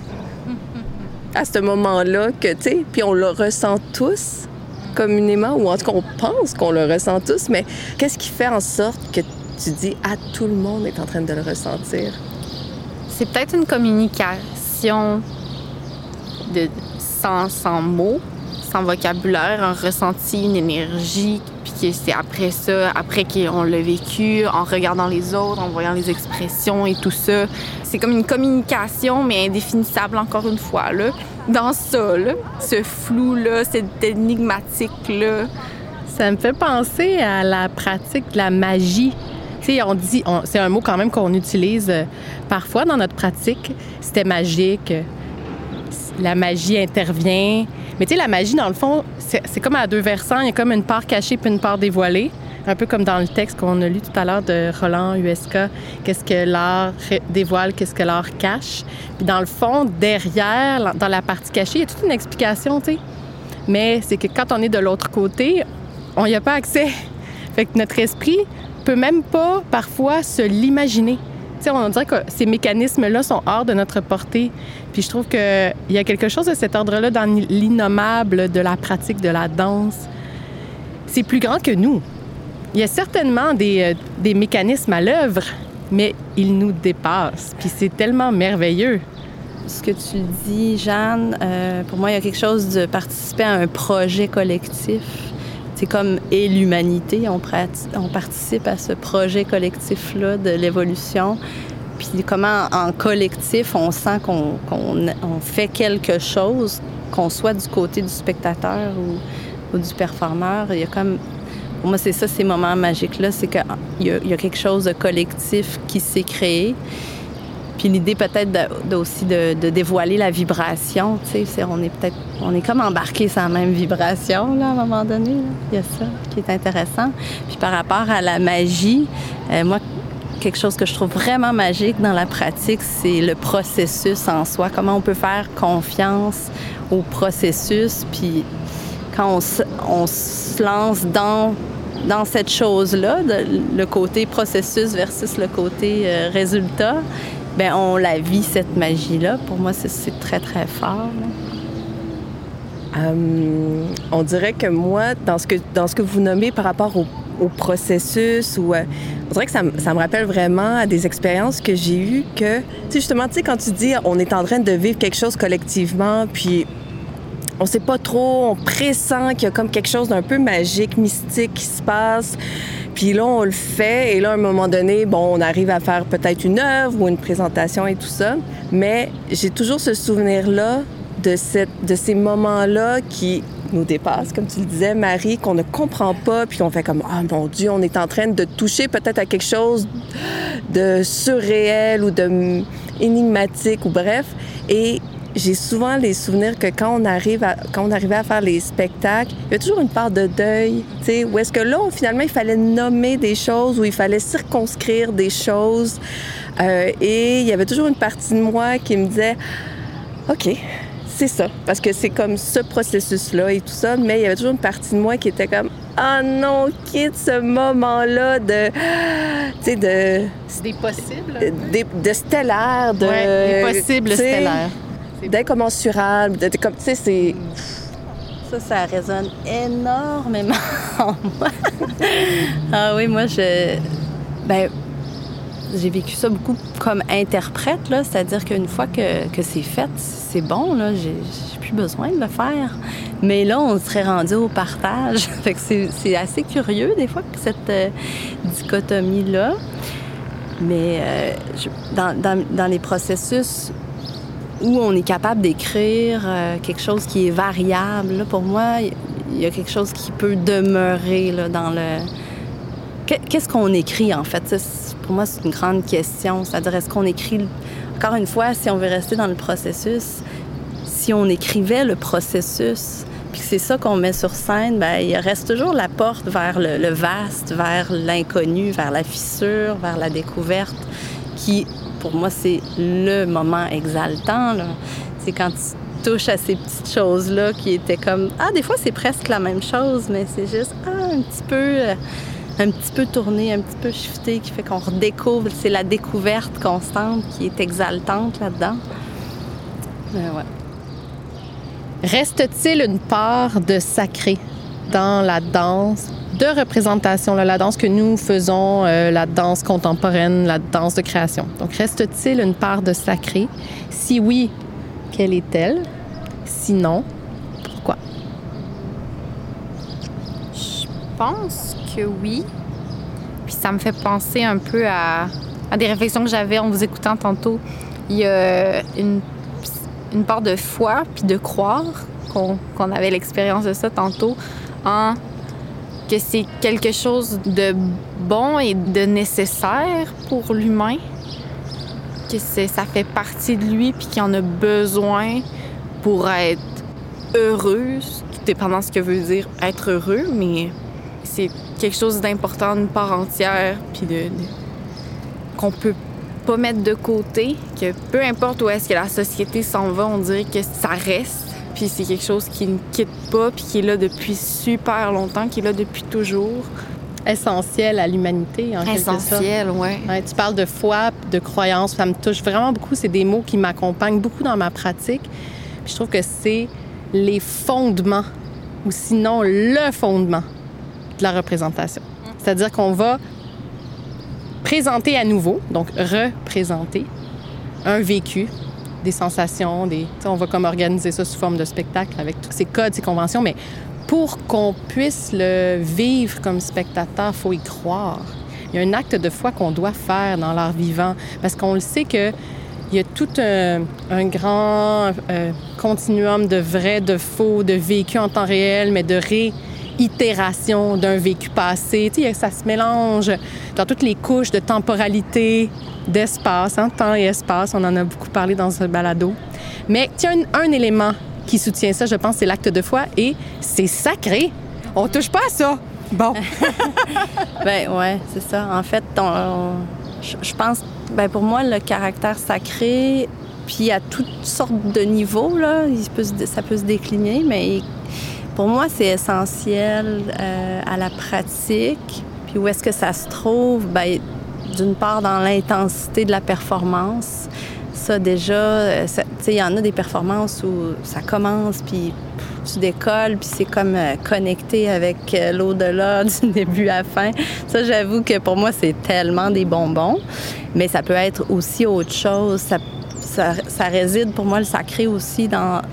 à ce moment-là, que, tu sais, puis on le ressent tous communément, ou en tout cas, on pense qu'on le ressent tous, mais qu'est-ce qui fait en sorte que tu dis « Ah, tout le monde est en train de le ressentir ». C'est peut-être une communication de, sans, sans mots, sans vocabulaire, un ressenti, une énergie, puis que c'est après ça, après qu'on l'a vécu, en regardant les autres, en voyant les expressions et tout ça. C'est comme une communication, mais indéfinissable encore une fois, là. Dans ça, là, ce flou-là, cette énigmatique-là. Ça me fait penser à la pratique de la magie. Tu sais, on dit, on, c'est un mot quand même qu'on utilise euh, parfois dans notre pratique. C'était magique. La magie intervient. Mais tu sais, la magie, dans le fond, c'est, c'est comme à deux versants. Il y a comme une part cachée puis une part dévoilée. Un peu comme dans le texte qu'on a lu tout à l'heure de Roland U S K. Qu'est-ce que l'art dévoile, qu'est-ce que l'art cache. Puis dans le fond, derrière, dans la partie cachée, il y a toute une explication, tu sais. Mais c'est que quand on est de l'autre côté, on n'y a pas accès. Fait que notre esprit peut même pas, parfois, se l'imaginer. Tu sais, on dirait que ces mécanismes-là sont hors de notre portée. Puis je trouve qu'il y a quelque chose de cet ordre-là dans l'innommable de la pratique de la danse. C'est plus grand que nous. Il y a certainement des, des mécanismes à l'œuvre, mais ils nous dépassent. Puis c'est tellement merveilleux. Ce que tu dis, Jeanne, euh, pour moi, il y a quelque chose de participer à un projet collectif. C'est comme et l'humanité, on, prat- on participe à ce projet collectif-là de l'évolution. Puis comment, en collectif, on sent qu'on, qu'on on fait quelque chose, qu'on soit du côté du spectateur ou, ou du performeur. Il y a comme... Pour moi, c'est ça, ces moments magiques-là, c'est qu'il y, y a quelque chose de collectif qui s'est créé. Puis l'idée peut-être de, de aussi de, de dévoiler la vibration, tu sais, on est peut-être, on est comme embarqué sur la même vibration, là, à un moment donné, là. Il y a ça qui est intéressant. Puis par rapport à la magie, euh, moi, quelque chose que je trouve vraiment magique dans la pratique, c'est le processus en soi. Comment on peut faire confiance au processus, puis quand on se, on se lance dans... dans cette chose-là, de, le côté processus versus le côté euh, résultat, bien, on la vit, cette magie-là. Pour moi, c'est, c'est très, très fort. Euh, on dirait que moi, dans ce que, dans ce que vous nommez par rapport au, au processus, ou, euh, on dirait que ça, ça me rappelle vraiment à des expériences que j'ai eues que, tu sais, justement, tu sais, quand tu dis on est en train de vivre quelque chose collectivement, puis on sait pas trop, on pressent qu'il y a comme quelque chose d'un peu magique, mystique qui se passe. Puis là, on le fait, et là, à un moment donné, bon, on arrive à faire peut-être une œuvre ou une présentation et tout ça. Mais j'ai toujours ce souvenir-là de, cette, de ces moments-là qui nous dépassent, comme tu le disais, Marie, qu'on ne comprend pas, puis on fait comme « Ah, mon Dieu, on est en train de toucher peut-être à quelque chose de surréel ou de énigmatique, ou bref. » Et j'ai souvent les souvenirs que quand on arrive à, quand on arrivait à faire les spectacles, il y a toujours une part de deuil, tu sais, où est-ce que là, finalement, il fallait nommer des choses, où il fallait circonscrire des choses. Euh, et il y avait toujours une partie de moi qui me disait « OK, c'est ça », parce que c'est comme ce processus-là et tout ça, mais il y avait toujours une partie de moi qui était comme « Ah non, quitte ce moment-là de... » tu sais, de... Des possibles. De, de stellaire, de... Ouais, des possibles stellaires. D'incommensurable, de, de, comme, tu sais, c'est... Ça, ça résonne énormément en moi. Ah oui, moi, je... Ben, j'ai vécu ça beaucoup comme interprète, là, c'est-à-dire qu'une fois que, que c'est fait, c'est bon, là, j'ai, j'ai plus besoin de le faire. Mais là, on serait rendu au partage. Fait que c'est, c'est assez curieux, des fois, cette euh, dichotomie-là. Mais euh, je, dans, dans, dans les processus où on est capable d'écrire euh, quelque chose qui est variable, là, pour moi, il y a quelque chose qui peut demeurer là, dans le... Qu'est-ce qu'on écrit, en fait? C'est, pour moi, c'est une grande question. C'est-à-dire, est-ce qu'on écrit... Encore une fois, si on veut rester dans le processus, si on écrivait le processus, puis que c'est ça qu'on met sur scène, bien, il reste toujours la porte vers le, le vaste, vers l'inconnu, vers la fissure, vers la découverte, qui... Pour moi, c'est le moment exaltant, là. C'est quand tu touches à ces petites choses-là qui étaient comme... Ah, des fois, c'est presque la même chose, mais c'est juste ah, un petit peu... Euh, un petit peu tourné, un petit peu shifté, qui fait qu'on redécouvre. C'est la découverte constante qui est exaltante là-dedans. Mais ouais. Reste-t-il une part de sacré dans la danse de représentation, là, la danse que nous faisons, euh, la danse contemporaine, la danse de création? Donc, reste-t-il une part de sacré? Si oui, quelle est-elle? Sinon, pourquoi? Je pense que oui. Puis ça me fait penser un peu à, à des réflexions que j'avais en vous écoutant tantôt. Il y a une, une part de foi puis de croire qu'on, qu'on avait l'expérience de ça tantôt, en que c'est quelque chose de bon et de nécessaire pour l'humain, que c'est, ça fait partie de lui puis qu'il en a besoin pour être heureux, tout dépendant de ce que veut dire être heureux, mais c'est quelque chose d'important, une part entière, puis de, de, qu'on peut pas mettre de côté, que peu importe où est-ce que la société s'en va, on dirait que ça reste. Puis c'est quelque chose qui ne quitte pas, puis qui est là depuis super longtemps, qui est là depuis toujours. essentiel à l'humanité, en quelque sorte. Essentiel, oui. Ouais, tu parles de foi, de croyance, ça me touche vraiment beaucoup. C'est des mots qui m'accompagnent beaucoup dans ma pratique. Puis je trouve que c'est les fondements, ou sinon le fondement de la représentation. C'est-à-dire qu'on va présenter à nouveau, donc représenter un vécu, des sensations, des... on va comme organiser ça sous forme de spectacle avec tous ces codes, ces conventions, mais pour qu'on puisse le vivre comme spectateur, il faut y croire. Il y a un acte de foi qu'on doit faire dans l'art vivant, parce qu'on le sait qu'il y a tout un, un grand euh, continuum de vrai, de faux, de vécu en temps réel, mais de réitération d'un vécu passé. Tu sais, ça se mélange dans toutes les couches de temporalité, d'espace, hein, temps et espace. On en a beaucoup parlé dans ce balado. Mais il y a un, un élément qui soutient ça, je pense, c'est l'acte de foi, et c'est sacré. On touche pas à ça. Bon. Ben ouais, c'est ça. En fait, on, on, je, je pense, ben pour moi, le caractère sacré, puis à toutes sortes de niveaux, là, il peut se, ça peut se décliner, mais pour moi, c'est essentiel euh, à la pratique. Puis où est-ce que ça se trouve? Ben, d'une part, dans l'intensité de la performance. Ça, déjà, tu sais, il y en a des performances où ça commence, puis tu décolles, puis c'est comme euh, connecté avec euh, l'au-delà du début à la fin. Ça, j'avoue que pour moi, c'est tellement des bonbons. Mais ça peut être aussi autre chose. Ça, ça, ça réside, pour moi, le sacré aussi dans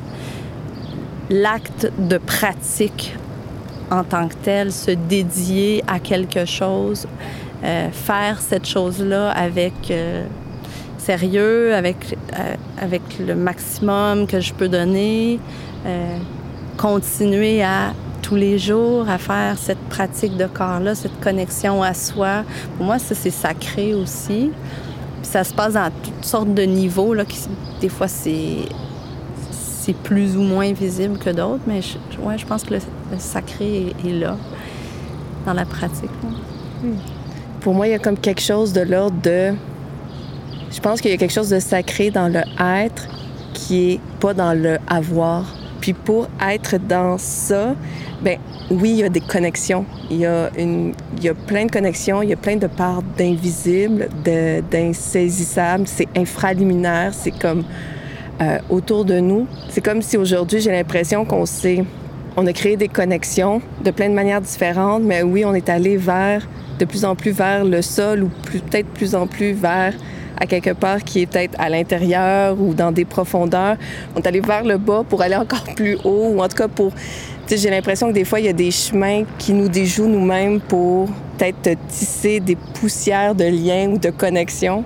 l'acte de pratique en tant que tel, se dédier à quelque chose, euh, faire cette chose-là avec... Euh, sérieux, avec, euh, avec le maximum que je peux donner, euh, continuer à, tous les jours, à faire cette pratique de corps-là, cette connexion à soi. Pour moi, ça, c'est sacré aussi. Puis ça se passe dans toutes sortes de niveaux, là, qui, des fois, c'est, c'est plus ou moins visible que d'autres, mais je, ouais, je pense que le, le sacré est, est là, dans la pratique. Hmm. Pour moi, il y a comme quelque chose de l'ordre de... Je pense qu'il y a quelque chose de sacré dans le être qui est pas dans le avoir. Puis pour être dans ça, ben oui, il y a des connexions. Il y a une, il y a plein de connexions, il y a plein de parts d'invisibles, de, d'insaisissables. C'est infraliminaire, c'est comme euh, autour de nous. C'est comme si aujourd'hui, j'ai l'impression qu'on s'est, on a créé des connexions de plein de manières différentes, mais oui, on est allé vers, de plus en plus vers le sol ou plus, peut-être plus en plus vers à quelque part qui est peut-être à l'intérieur ou dans des profondeurs. On est allé vers le bas pour aller encore plus haut, ou en tout cas pour... Tu sais, j'ai l'impression que des fois, il y a des chemins qui nous déjouent nous-mêmes pour peut-être tisser des poussières de liens ou de connexions.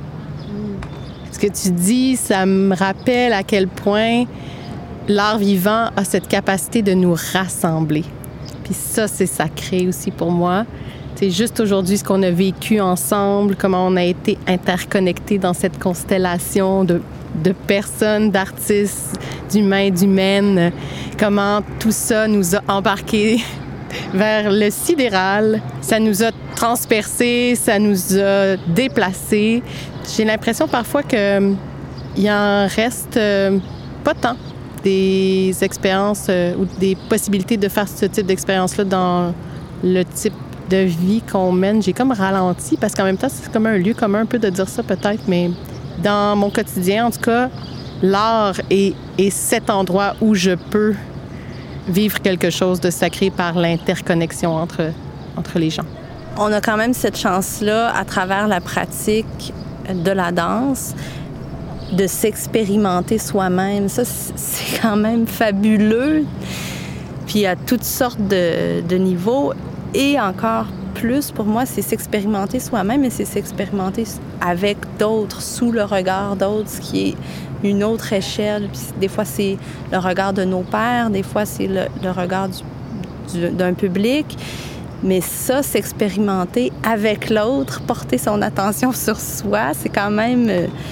Ce que tu dis, ça me rappelle à quel point l'art vivant a cette capacité de nous rassembler. Puis ça, c'est sacré aussi pour moi. C'est juste aujourd'hui ce qu'on a vécu ensemble, comment on a été interconnectés dans cette constellation de, de personnes, d'artistes, d'humains, d'humaines, comment tout ça nous a embarqués vers le sidéral. Ça nous a transpercés, ça nous a déplacés. J'ai l'impression parfois qu'il y en reste euh, pas tant des expériences euh, ou des possibilités de faire ce type d'expérience-là dans le type de vie qu'on mène. J'ai comme ralenti parce qu'en même temps, c'est comme un lieu commun un peu de dire ça peut-être, mais dans mon quotidien, en tout cas, l'art est, est cet endroit où je peux vivre quelque chose de sacré par l'interconnexion entre, entre les gens. On a quand même cette chance-là, à travers la pratique de la danse, de s'expérimenter soi-même. Ça, c'est quand même fabuleux. Puis à toutes sortes de, de niveaux. Et encore plus, pour moi, c'est s'expérimenter soi-même, mais c'est s'expérimenter avec d'autres, sous le regard d'autres, ce qui est une autre échelle. Puis des fois, c'est le regard de nos pairs, des fois, c'est le, le regard du, du, d'un public. Mais ça, s'expérimenter avec l'autre, porter son attention sur soi, c'est quand même,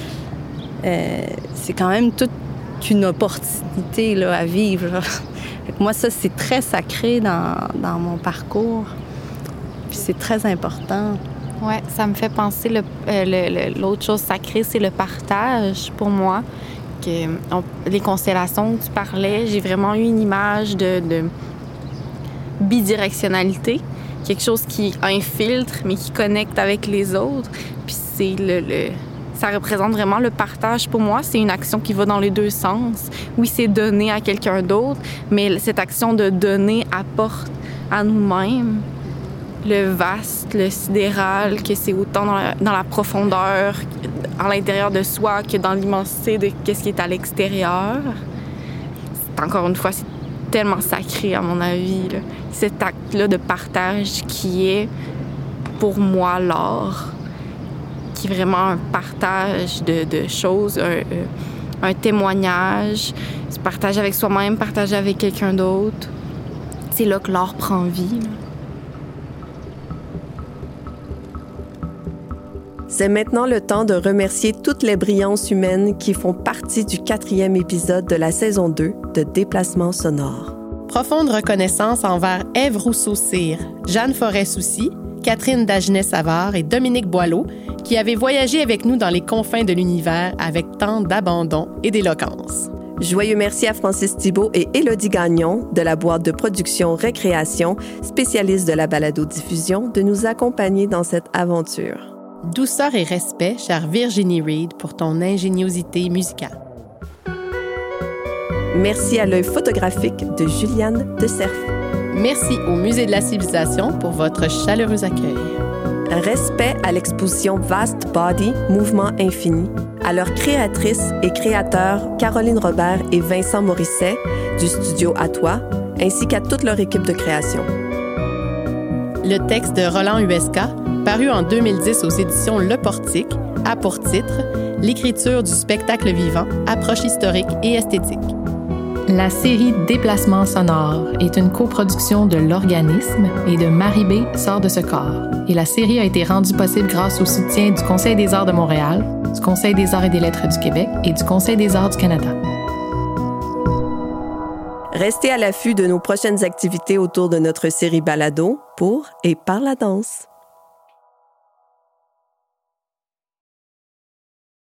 euh, c'est quand même toute une opportunité là, à vivre. Là. Moi, ça, c'est très sacré dans, dans mon parcours. Puis c'est très important. Oui, ça me fait penser, le, euh, le, le, l'autre chose sacrée, c'est le partage pour moi. Que, on, les constellations que tu parlais, j'ai vraiment eu une image de, de bidirectionnalité quelque chose qui infiltre, mais qui connecte avec les autres. Puis c'est le, le... ça représente vraiment le partage pour moi. C'est une action qui va dans les deux sens. Oui, c'est donner à quelqu'un d'autre, mais cette action de donner apporte à nous-mêmes le vaste, le sidéral, que c'est autant dans la, dans la profondeur, à l'intérieur de soi, que dans l'immensité de ce qui est à l'extérieur. C'est, encore une fois, c'est tellement sacré, à mon avis, là. Cet acte-là de partage qui est, pour moi, l'art, qui est vraiment un partage de, de choses, un, un témoignage, se partager avec soi-même, partager avec quelqu'un d'autre. C'est là que l'art prend vie, là. C'est maintenant le temps de remercier toutes les brillances humaines qui font partie du quatrième épisode de la saison deux de Déplacement sonore. Profonde reconnaissance envers Ève Rousseau-Cyr, Jeanne Forêt-Soucy, Catherine Dagenet-Savard et Dominique Boileau, qui avaient voyagé avec nous dans les confins de l'univers avec tant d'abandon et d'éloquence. Joyeux merci à Francis Thibault et Élodie Gagnon de la boîte de production Récréation, spécialiste de la balado-diffusion, de nous accompagner dans cette aventure. Douceur et respect, chère Virginie Reed, pour ton ingéniosité musicale. Merci à l'œil photographique de Juliane de Cerf. Merci au Musée de la Civilisation pour votre chaleureux accueil. Respect à l'exposition Vast Body, Mouvement Infini, à leurs créatrices et créateurs Caroline Robert et Vincent Morisset du studio À Toi, ainsi qu'à toute leur équipe de création. Le texte de Roland Huesca, paru en deux mille dix aux éditions Le Portique, a pour titre « L'écriture du spectacle vivant, approche historique et esthétique ». La série Déplacement sonore est une coproduction de l'Organisme et de Marie B. Sort de ce corps. Et la série a été rendue possible grâce au soutien du Conseil des arts de Montréal, du Conseil des arts et des lettres du Québec et du Conseil des arts du Canada. Restez à l'affût de nos prochaines activités autour de notre série balado pour et par la danse.